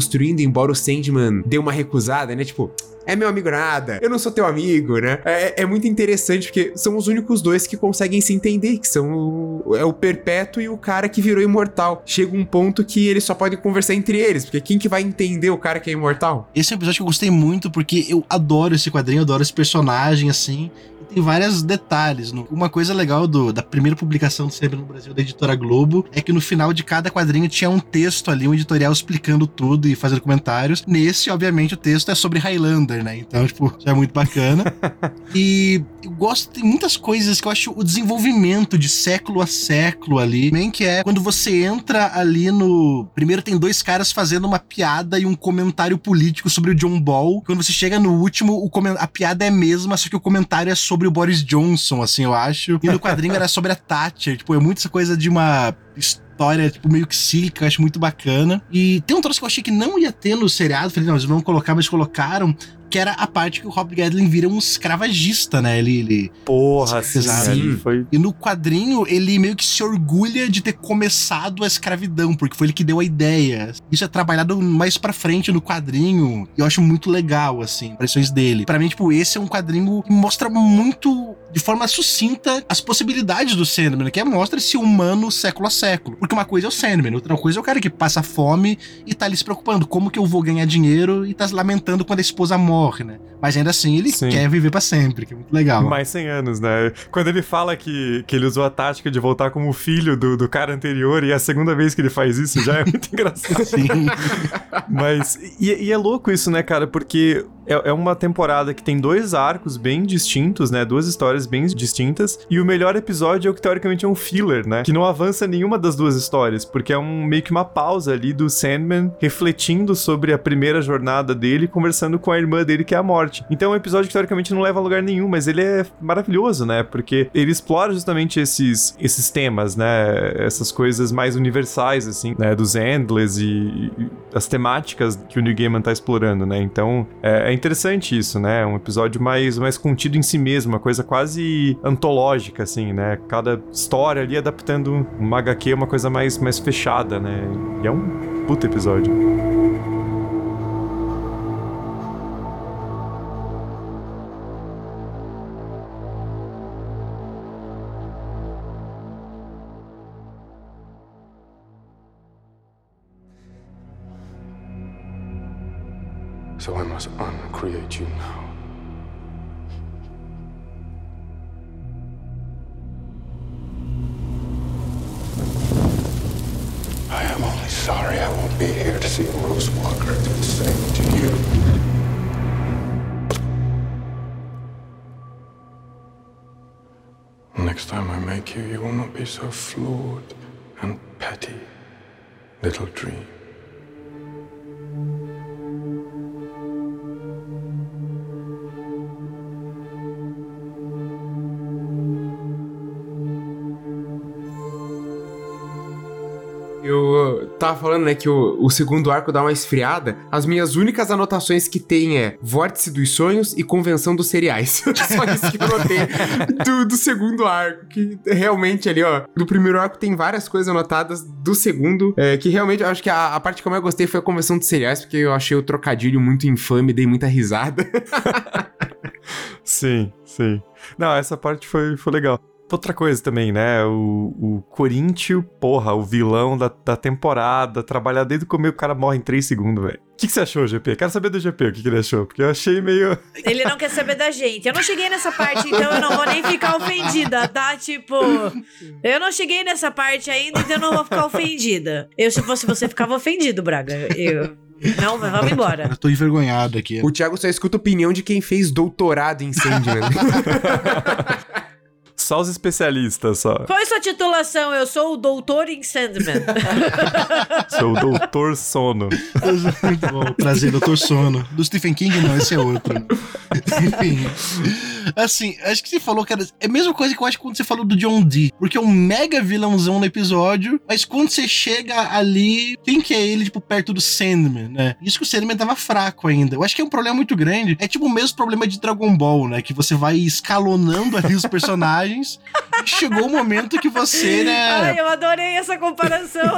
embora o Sandman dê uma recusada, né? Tipo, é meu amigo nada, eu não sou teu amigo, né? É, é muito interessante, porque são os únicos dois que conseguem se entender, que são o, é o Perpétuo e o cara que virou imortal. Chega um ponto que eles só podem conversar entre eles, porque quem que vai entender o cara que é imortal? Esse é um episódio que eu gostei muito, porque eu adoro esse quadrinho, eu adoro esse personagem, assim... Tem vários detalhes. Uma coisa legal do, da primeira publicação do Sandman no Brasil da Editora Globo é que no final de cada quadrinho tinha um texto ali, um editorial explicando tudo e fazendo comentários. Nesse, obviamente, o texto é sobre Highlander, né? Então, tipo, isso é muito bacana. E eu gosto, tem muitas coisas que eu acho o desenvolvimento de século a século ali, bem que é quando você entra ali no... Primeiro tem dois caras fazendo uma piada e um comentário político sobre o John Ball. Quando você chega no último, o coment... a piada é a mesma, só que o comentário é sobre o Boris Johnson, assim, eu acho. E no quadrinho era sobre a Thatcher. Tipo, é muito essa coisa de uma história, tipo, meio que cíclica, eu acho muito bacana. E tem um troço que eu achei que não ia ter no seriado. Falei, não, eles vão colocar, mas colocaram. Que era a parte que o Rob Gadlin vira um escravagista, né? Ele... ele Porra, sim. Foi... E no quadrinho, ele meio que se orgulha de ter começado a escravidão, porque foi ele que deu a ideia. Isso é trabalhado mais pra frente no quadrinho, e eu acho muito legal, assim, impressões dele. Pra mim, tipo, esse é um quadrinho que mostra muito, de forma sucinta, as possibilidades do Sandman, que é mostra esse humano século a século. Porque uma coisa é o Sandman, outra coisa é o cara que passa fome e tá ali se preocupando, como que eu vou ganhar dinheiro, e tá se lamentando quando a esposa morre. Né? Mas ainda assim ele Sim. quer viver pra sempre, que é muito legal. Mais cem anos, né? Quando ele fala que, que ele usou a tática de voltar como filho do, do cara anterior, e é a segunda vez que ele faz isso, já é muito engraçado. Sim. Mas, e, e é louco isso, né, cara? Porque é, é uma temporada que tem dois arcos bem distintos, né? Duas histórias bem distintas, e o melhor episódio é o que teoricamente é um filler, né? Que não avança nenhuma das duas histórias, porque é um, meio que uma pausa ali do Sandman refletindo sobre a primeira jornada dele, conversando com a irmã dele, que é a morte. Então é um episódio que teoricamente não leva a lugar nenhum, mas ele é maravilhoso, né? Porque ele explora justamente esses, esses temas, né? Essas coisas mais universais, assim, né? Dos Endless e, e as temáticas que o Neil Gaiman tá explorando, né? Então é, é interessante isso, né? É um episódio mais, mais contido em si mesmo, uma coisa quase antológica, assim, né? Cada história ali adaptando uma agá quê, uma coisa mais, mais fechada, né? E é um puta episódio. So I must uncreate you now. I am only sorry I won't be here to see Rose Walker do the same to you. Next time I make you, you will not be so flawed and petty, little dream. Eu tava falando, né, que o, o segundo arco dá uma esfriada. As minhas únicas anotações que tem é Vórtice dos Sonhos e Convenção dos Cereais. Só isso que eu notei do, do segundo arco. Que realmente ali, ó, do primeiro arco tem várias coisas anotadas. Do segundo, é, que realmente eu acho que a, a parte que eu mais gostei foi a Convenção dos Cereais, porque eu achei o trocadilho muito infame, dei muita risada. Sim, sim. Não, essa parte foi, foi legal. Outra coisa também, né? O, o Coríntio, porra, o vilão da, da temporada, trabalhar desde o começo, o cara morre em três segundos, velho. O que, que você achou, G P? Quero saber do G P o que, que ele achou, porque eu achei meio... Ele não quer saber da gente. Eu não cheguei nessa parte, então eu não vou nem ficar ofendida, tá? Tipo, eu não cheguei nessa parte ainda, então eu não vou ficar ofendida. Eu, se fosse você, ficava ofendido, Braga. Eu... Não, mas vamos embora. Eu tô envergonhado aqui. O Thiago só escuta a opinião de quem fez doutorado em Sandman. Só os especialistas, só. Qual é sua titulação? Eu sou o doutor em Sandman. Sou o doutor Sono. Muito bom. Prazer, doutor Sono. Do Stephen King, não, esse é outro. Enfim. Assim, acho que você falou, cara, é a mesma coisa que eu acho que quando você falou do John Dee, porque é um mega vilãozão no episódio, mas quando você chega ali, quem que é ele, tipo, perto do Sandman, né? Isso que o Sandman tava fraco ainda. Eu acho que é um problema muito grande. É tipo o mesmo problema de Dragon Ball, né? Que você vai escalonando ali os personagens e chegou o momento que você, né... Ai, eu adorei essa comparação.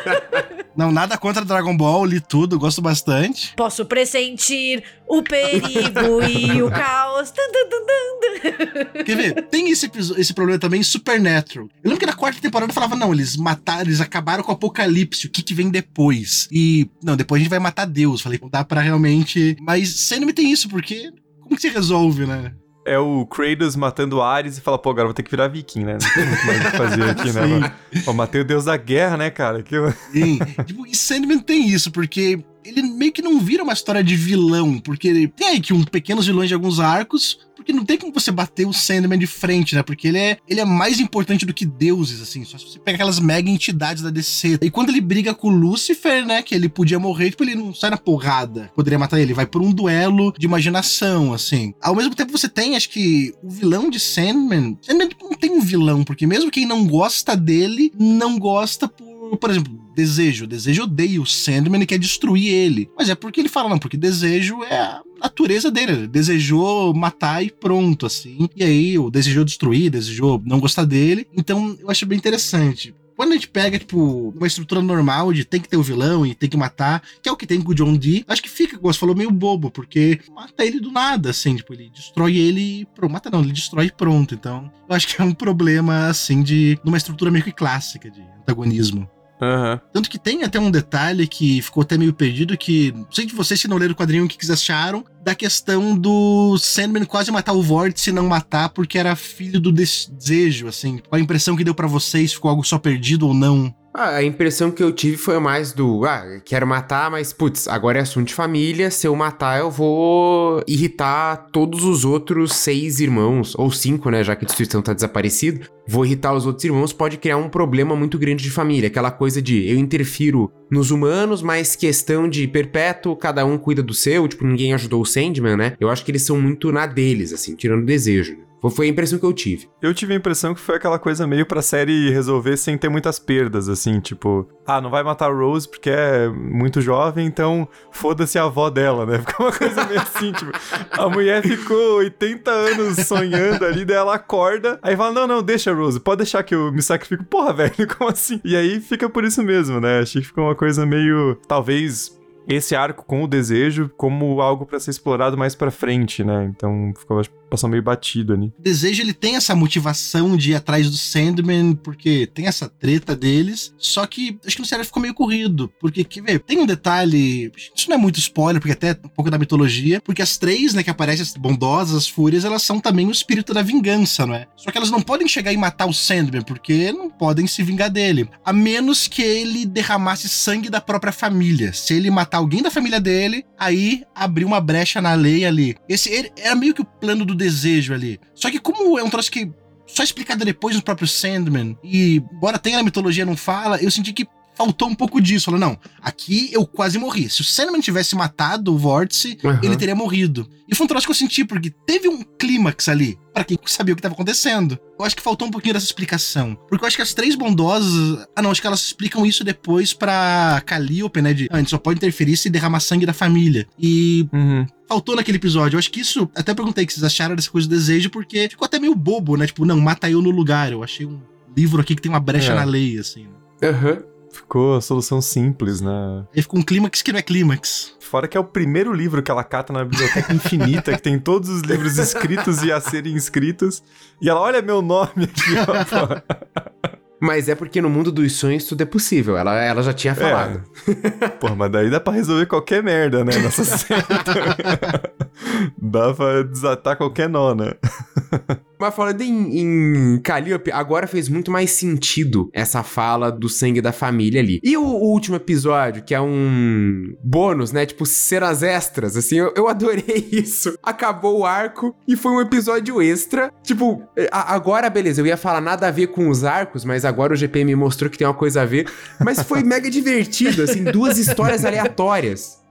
Não, nada contra Dragon Ball, li tudo, gosto bastante. Posso pressentir o perigo e o caos. Tum, tum, tum, tum. Quer ver? Tem esse, esse problema também em Supernatural. Eu lembro que na quarta temporada eu falava, não, eles mataram, eles acabaram com o apocalipse, o que que vem depois? E, não, depois a gente vai matar Deus. Falei, não dá pra realmente... Mas Sandman tem isso, porque como que se resolve, né? É o Kratos matando Ares e fala, pô, agora vou ter que virar viking, né? Não tem muito mais o que fazer aqui, né? Pô, matei o deus da guerra, né, cara? Que... Sim. Tipo, e Sandman tem isso, porque ele meio que não vira uma história de vilão, porque tem aí que um pequenos vilões de alguns arcos, porque não tem como você bater o Sandman de frente, né? Porque ele é, ele é mais importante do que deuses, assim. Só se você pega aquelas mega entidades da D C. E quando ele briga com o Lúcifer, né? Que ele podia morrer, tipo, ele não sai na porrada. Poderia matar ele. Vai por um duelo de imaginação, assim. Ao mesmo tempo, você tem, acho que, o vilão de Sandman... Sandman não tem um vilão, porque mesmo quem não gosta dele, não gosta por... Por exemplo, Desejo. Desejo odeia o Sandman e quer destruir ele. Mas é porque ele fala, não, porque Desejo é a natureza dele. Ele desejou matar e pronto, assim. E aí, o desejou destruir, desejou não gostar dele. Então, eu acho bem interessante. Quando a gente pega, tipo, uma estrutura normal de tem que ter o vilão e tem que matar, que é o que tem com o John Dee, acho que fica, como você falou, meio bobo, porque mata ele do nada, assim, tipo, ele destrói ele e pronto. Mata não, ele destrói e pronto. Então, eu acho que é um problema, assim, de uma estrutura meio que clássica de antagonismo. Uhum. Tanto que tem até um detalhe que ficou até meio perdido, que não sei de vocês se não leram o quadrinho, o que vocês acharam da questão do Sandman quase matar o Vórtice e não matar porque era filho do desejo, assim. Qual a impressão que deu pra vocês? Ficou algo só perdido ou não? Ah, a impressão que eu tive foi mais do, ah, quero matar, mas putz, agora é assunto de família, se eu matar eu vou irritar todos os outros seis irmãos, ou cinco, né, já que a destruição tá desaparecido, vou irritar os outros irmãos, pode criar um problema muito grande de família, aquela coisa de eu interfiro nos humanos, mas questão de perpétuo, cada um cuida do seu, tipo, ninguém ajudou o Sandman, né, eu acho que eles são muito na deles, assim, tirando o desejo, né. Foi a impressão que eu tive. Eu tive a impressão que foi aquela coisa meio pra série resolver sem ter muitas perdas, assim, tipo... Ah, não vai matar a Rose porque é muito jovem, então foda-se a avó dela, né? Ficou uma coisa meio assim, tipo... A mulher ficou oitenta anos sonhando ali, daí ela acorda, aí fala, não, não, deixa a Rose, pode deixar que eu me sacrifico. Porra, velho, como assim? E aí fica por isso mesmo, né? Achei que ficou uma coisa meio... Talvez... esse arco com o desejo como algo pra ser explorado mais pra frente, né? Então ficou passando meio batido ali. O desejo, ele tem essa motivação de ir atrás do Sandman, porque tem essa treta deles, só que acho que no série ficou meio corrido, porque, quer ver, tem um detalhe, isso não é muito spoiler, porque até um pouco da mitologia, porque as três, né, que aparecem, as bondosas, as fúrias, elas são também o espírito da vingança, não é? Só que elas não podem chegar e matar o Sandman, porque não podem se vingar dele, a menos que ele derramasse sangue da própria família. Se ele matar alguém da família dele, aí abriu uma brecha na lei ali. Esse ele, era meio que o plano do desejo ali. Só que como é um troço que só explicado depois no próprio Sandman, e embora tenha na mitologia não fala, eu senti que faltou um pouco disso. Falou, não, aqui eu quase morri. Se o Sandman tivesse matado o Vórtice, uhum. ele teria morrido. E foi um troço que eu senti, porque teve um clímax ali, pra quem sabia o que estava acontecendo. Eu acho que faltou um pouquinho dessa explicação. Porque eu acho que as três bondosas... Ah, não, acho que elas explicam isso depois pra Calliope, né? De, ah, a gente só pode interferir se derramar sangue da família. E... Uhum. Faltou naquele episódio. Eu acho que isso... Até perguntei o que vocês acharam dessa coisa do desejo, porque ficou até meio bobo, né? Tipo, não, mata eu no lugar. Eu achei um livro aqui que tem uma brecha é. na lei, assim. Aham. Uhum. Ficou a solução simples, né? Aí ficou um clímax que não é clímax. Fora que é o primeiro livro que ela cata na biblioteca infinita, que tem todos os livros escritos e a serem escritos. E ela, olha meu nome aqui, ó. Mas é porque no mundo dos sonhos tudo é possível. Ela, ela já tinha falado. É. Pô, mas daí dá pra resolver qualquer merda, né? Nessa série. Dá pra desatar qualquer nó, né? Mas falando em, em Calliope, agora fez muito mais sentido essa fala do sangue da família ali. E o, o último episódio, que é um bônus, né? Tipo, cenas extras, assim, eu, eu adorei isso. Acabou o arco e foi um episódio extra. Tipo, a, agora, beleza, eu ia falar nada a ver com os arcos, mas agora o G P me mostrou que tem uma coisa a ver. Mas foi mega divertido, assim, duas histórias aleatórias.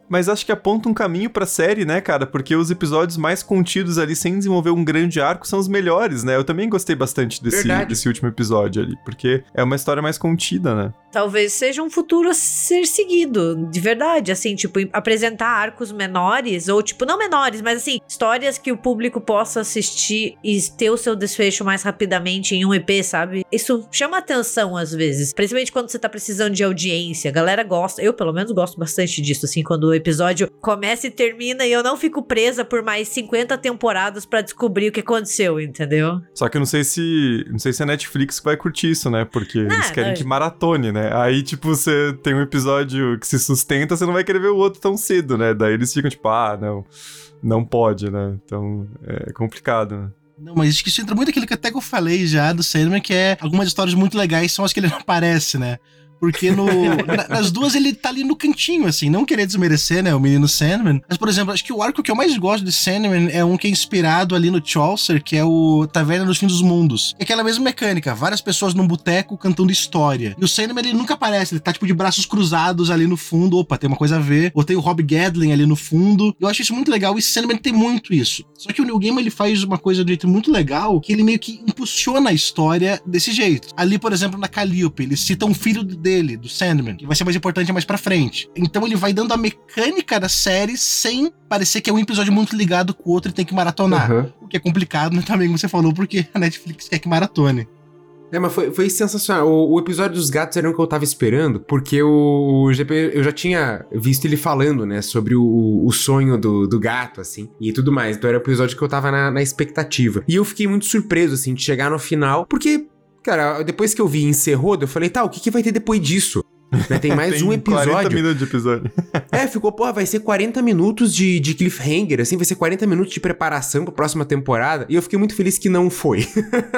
Mas acho que aponta um caminho pra série, né, cara? Porque os episódios mais contidos ali, sem desenvolver um grande arco, são os melhores, né? Eu também gostei bastante desse, desse último episódio ali, porque é uma história mais contida, né? Talvez seja um futuro a ser seguido, de verdade, assim, tipo, apresentar arcos menores, ou tipo, não menores, mas assim, histórias que o público possa assistir e ter o seu desfecho mais rapidamente em um E P, sabe? Isso chama atenção às vezes, principalmente quando você tá precisando de audiência, a galera gosta, eu pelo menos gosto bastante disso, assim, quando o episódio começa e termina e eu não fico presa por mais cinquenta temporadas pra descobrir o que aconteceu, entendeu? Só que eu não sei se, não sei se a Netflix vai curtir isso, né? Porque não, eles querem não. que maratone, né? Aí, tipo, você tem um episódio que se sustenta, você não vai querer ver o outro tão cedo, né? Daí eles ficam tipo, ah, não, não pode, né? Então, é complicado, né? Não, mas acho que isso entra muito naquilo que até que eu falei já do Sandman, que é algumas histórias muito legais são as que ele não aparece, né? Porque no, na, nas duas ele tá ali no cantinho, assim, não querer desmerecer, né, o menino Sandman. Mas, por exemplo, acho que o arco que eu mais gosto de Sandman é um que é inspirado ali no Chaucer, que é o Taverna dos Fins dos Mundos. É aquela mesma mecânica, várias pessoas num boteco cantando história. E o Sandman, ele nunca aparece, ele tá tipo de braços cruzados ali no fundo, opa, tem uma coisa a ver. Ou tem o Rob Gadlin ali no fundo. Eu acho isso muito legal, e Sandman tem muito isso. Só que o Neil Gaiman, ele faz uma coisa de um jeito muito legal, que ele meio que impulsiona a história desse jeito. Ali, por exemplo, na Calliope, ele cita um filho dele, do Sandman, que vai ser mais importante mais pra frente. Então ele vai dando a mecânica da série sem parecer que é um episódio muito ligado com o outro e tem que maratonar. Uhum. O que é complicado, né, também, como você falou, porque a Netflix quer que maratone. É, mas foi, foi sensacional. O, o episódio dos gatos era o que eu tava esperando, porque o, o G P, eu já tinha visto ele falando, né, sobre o, o sonho do, do gato, assim, e tudo mais. Então era o episódio que eu tava na, na expectativa. E eu fiquei muito surpreso, assim, de chegar no final, porque... Cara, depois que eu vi encerrou, eu falei, tá, o que, que vai ter depois disso? Né, tem mais tem um episódio. quarenta minutos de episódio. É, ficou, porra, vai ser quarenta minutos de, de cliffhanger, assim, vai ser quarenta minutos de preparação pra próxima temporada. E eu fiquei muito feliz que não foi.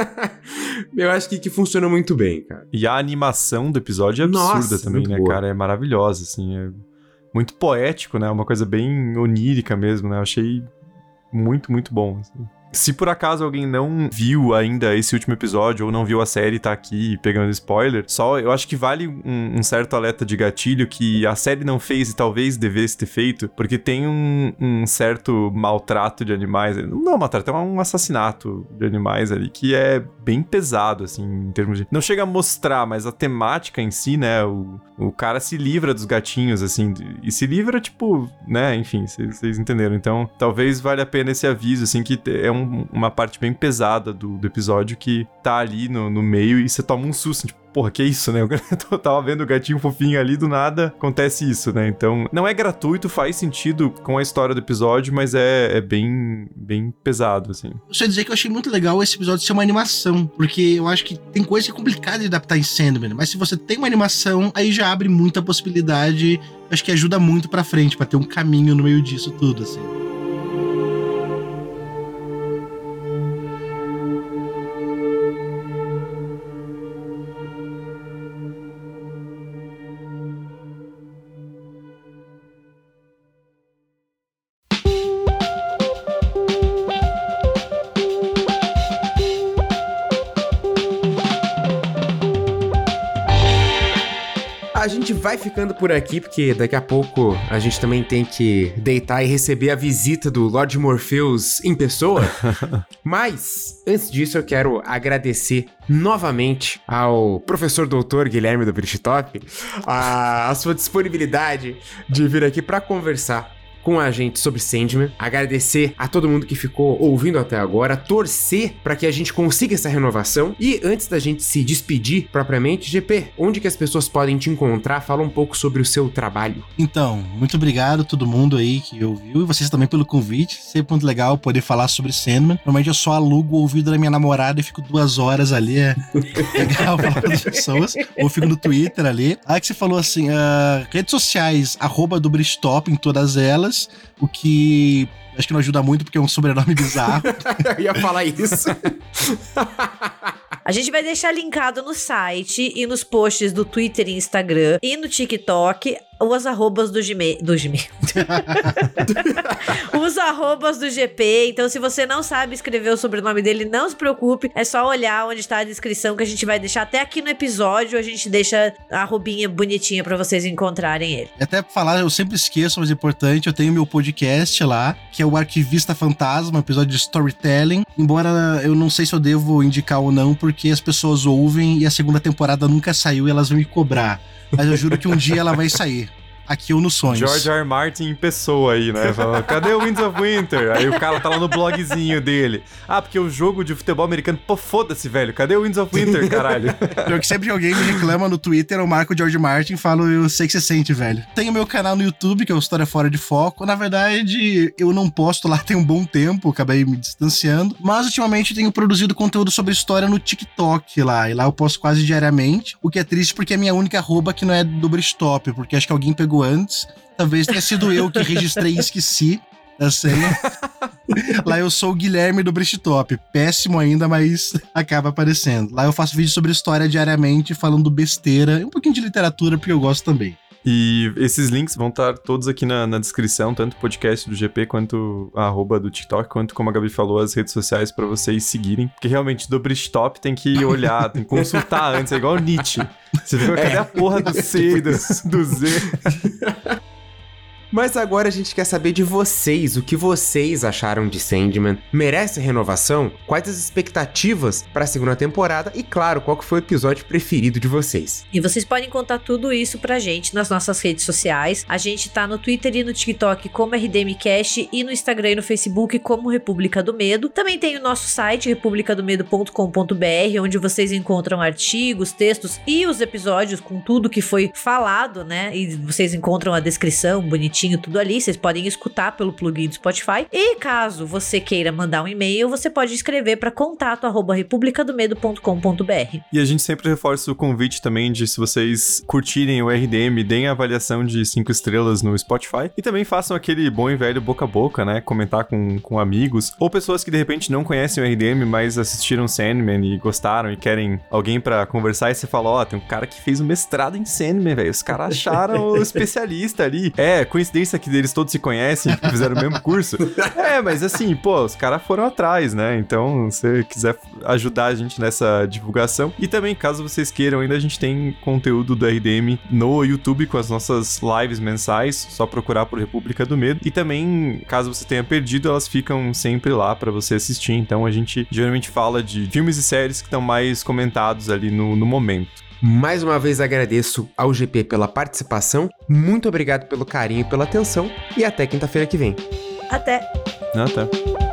Eu acho que, que funciona muito bem, cara. E a animação do episódio é absurda. Nossa, também, né, boa. Cara? É maravilhosa, assim. É muito poético, né? Uma coisa bem onírica mesmo, né? Eu achei muito, muito bom, assim. Se por acaso alguém não viu ainda esse último episódio ou não viu a série e tá aqui pegando spoiler, só eu acho que vale um, um certo alerta de gatilho que a série não fez e talvez devesse ter feito, porque tem um, um certo maltrato de animais, não é maltrato, é um assassinato de animais ali que é bem pesado, assim, em termos de... Não chega a mostrar, mas a temática em si, né, o, o cara se livra dos gatinhos, assim, e se livra, tipo, né, enfim, vocês entenderam. Então, talvez valha a pena esse aviso, assim, que é um uma parte bem pesada do, do episódio que tá ali no, no meio e você toma um susto, tipo, porra, que isso, né? Eu tava vendo o gatinho fofinho ali, do nada acontece isso, né? Então, não é gratuito, faz sentido com a história do episódio, mas é, é bem, bem pesado, assim. Eu só dizer que eu achei muito legal esse episódio ser uma animação, porque eu acho que tem coisa que é complicada de adaptar em Sandman, mas se você tem uma animação, aí já abre muita possibilidade, acho que ajuda muito pra frente, pra ter um caminho no meio disso tudo, assim. A gente vai ficando por aqui, porque daqui a pouco a gente também tem que deitar e receber a visita do Lord Morpheus em pessoa. Mas, antes disso, eu quero agradecer novamente ao professor doutor Guilherme do Britchtop a, a sua disponibilidade de vir aqui para conversar com a gente sobre Sandman, agradecer a todo mundo que ficou ouvindo até agora, torcer para que a gente consiga essa renovação. E antes da gente se despedir propriamente, G P, onde que as pessoas podem te encontrar? Fala um pouco sobre o seu trabalho. Então, muito obrigado a todo mundo aí que ouviu e vocês também pelo convite. Sempre muito legal poder falar sobre Sandman. Normalmente eu só alugo o ouvido da minha namorada e fico duas horas ali, é legal falar com as pessoas. Ou fico no Twitter ali. Aí que você falou assim, uh, redes sociais, arroba do Britchtop em todas elas. O que acho que não ajuda muito porque é um sobrenome bizarro. Eu ia falar isso. A gente vai deixar linkado no site e nos posts do Twitter e Instagram e no TikTok os arrobas do Gmail. Do Gmail. Os arrobas do G P. Então, se você não sabe escrever o sobrenome dele, não se preocupe. É só olhar onde está a descrição que a gente vai deixar. Até aqui no episódio, a gente deixa a arrobinha bonitinha pra vocês encontrarem ele. Até pra falar, eu sempre esqueço, mas é importante, eu tenho meu podcast lá, que é o Arquivista Fantasma, episódio de storytelling. Embora eu não sei se eu devo indicar ou não, porque as pessoas ouvem e a segunda temporada nunca saiu e elas vão me cobrar. Mas eu juro que um dia ela vai sair. Aqui ou nos sonhos. George R. R. Martin em pessoa aí, né? Fala, cadê o Winds of Winter? Aí o cara tá lá no blogzinho dele. Ah, porque o jogo de futebol americano... Pô, foda-se, velho. Cadê o Winds of Winter, caralho? Eu que sempre que alguém me reclama no Twitter, eu marco o George Martin e falo, eu sei que você sente, velho. Tenho meu canal no YouTube, que é o História Fora de Foco. Na verdade, eu não posto lá tem um bom tempo, acabei me distanciando. Mas, ultimamente, tenho produzido conteúdo sobre história no TikTok lá. E lá eu posto quase diariamente. O que é triste porque é a minha única arroba que não é do Bristop, porque acho que alguém pegou antes. Talvez tenha sido eu que registrei e esqueci a senha. Lá eu sou o Guilherme do Bristop. Péssimo ainda, mas acaba aparecendo. Lá eu faço vídeos sobre história diariamente, falando besteira e um pouquinho de literatura, porque eu gosto também. E esses links vão estar todos aqui na, na descrição, tanto o podcast do G P, quanto a arroba do TikTok, quanto, como a Gabi falou, as redes sociais pra vocês seguirem. Porque realmente, do Bristop tem que olhar, tem que consultar antes, é igual o Nietzsche. Você viu, cadê a porra do C e do, do Z? Mas agora a gente quer saber de vocês, o que vocês acharam de Sandman? Merece renovação? Quais as expectativas para a segunda temporada? E claro, qual que foi o episódio preferido de vocês? E vocês podem contar tudo isso pra gente nas nossas redes sociais. A gente tá no Twitter e no TikTok como R D M Cast e no Instagram e no Facebook como República do Medo. Também tem o nosso site, republica do medo ponto com ponto b r, onde vocês encontram artigos, textos e os episódios com tudo que foi falado, né? E vocês encontram a descrição bonitinha, tudo ali, vocês podem escutar pelo plugin do Spotify. E caso você queira mandar um e-mail, você pode escrever para contato arroba republica do medo ponto com ponto b r. E a gente sempre reforça o convite também de, se vocês curtirem o R D M, deem a avaliação de cinco estrelas no Spotify e também façam aquele bom e velho boca a boca, né? Comentar com, com amigos ou pessoas que de repente não conhecem o R D M, mas assistiram Sandman e gostaram e querem alguém pra conversar, e você fala, ó, oh, tem um cara que fez um mestrado em Sandman, velho, os caras acharam o especialista ali. É, coincidência que eles todos se conhecem, que fizeram o mesmo curso. É, mas assim, pô, os caras foram atrás, né? Então, se você quiser ajudar a gente nessa divulgação. E também, caso vocês queiram, ainda a gente tem conteúdo do R D M no YouTube com as nossas lives mensais, só procurar por República do Medo. E também, caso você tenha perdido, elas ficam sempre lá pra você assistir. Então, a gente geralmente fala de filmes e séries que estão mais comentados ali no, no momento. Mais uma vez agradeço ao G P pela participação, muito obrigado pelo carinho e pela atenção, e até quinta-feira que vem. Até! Até!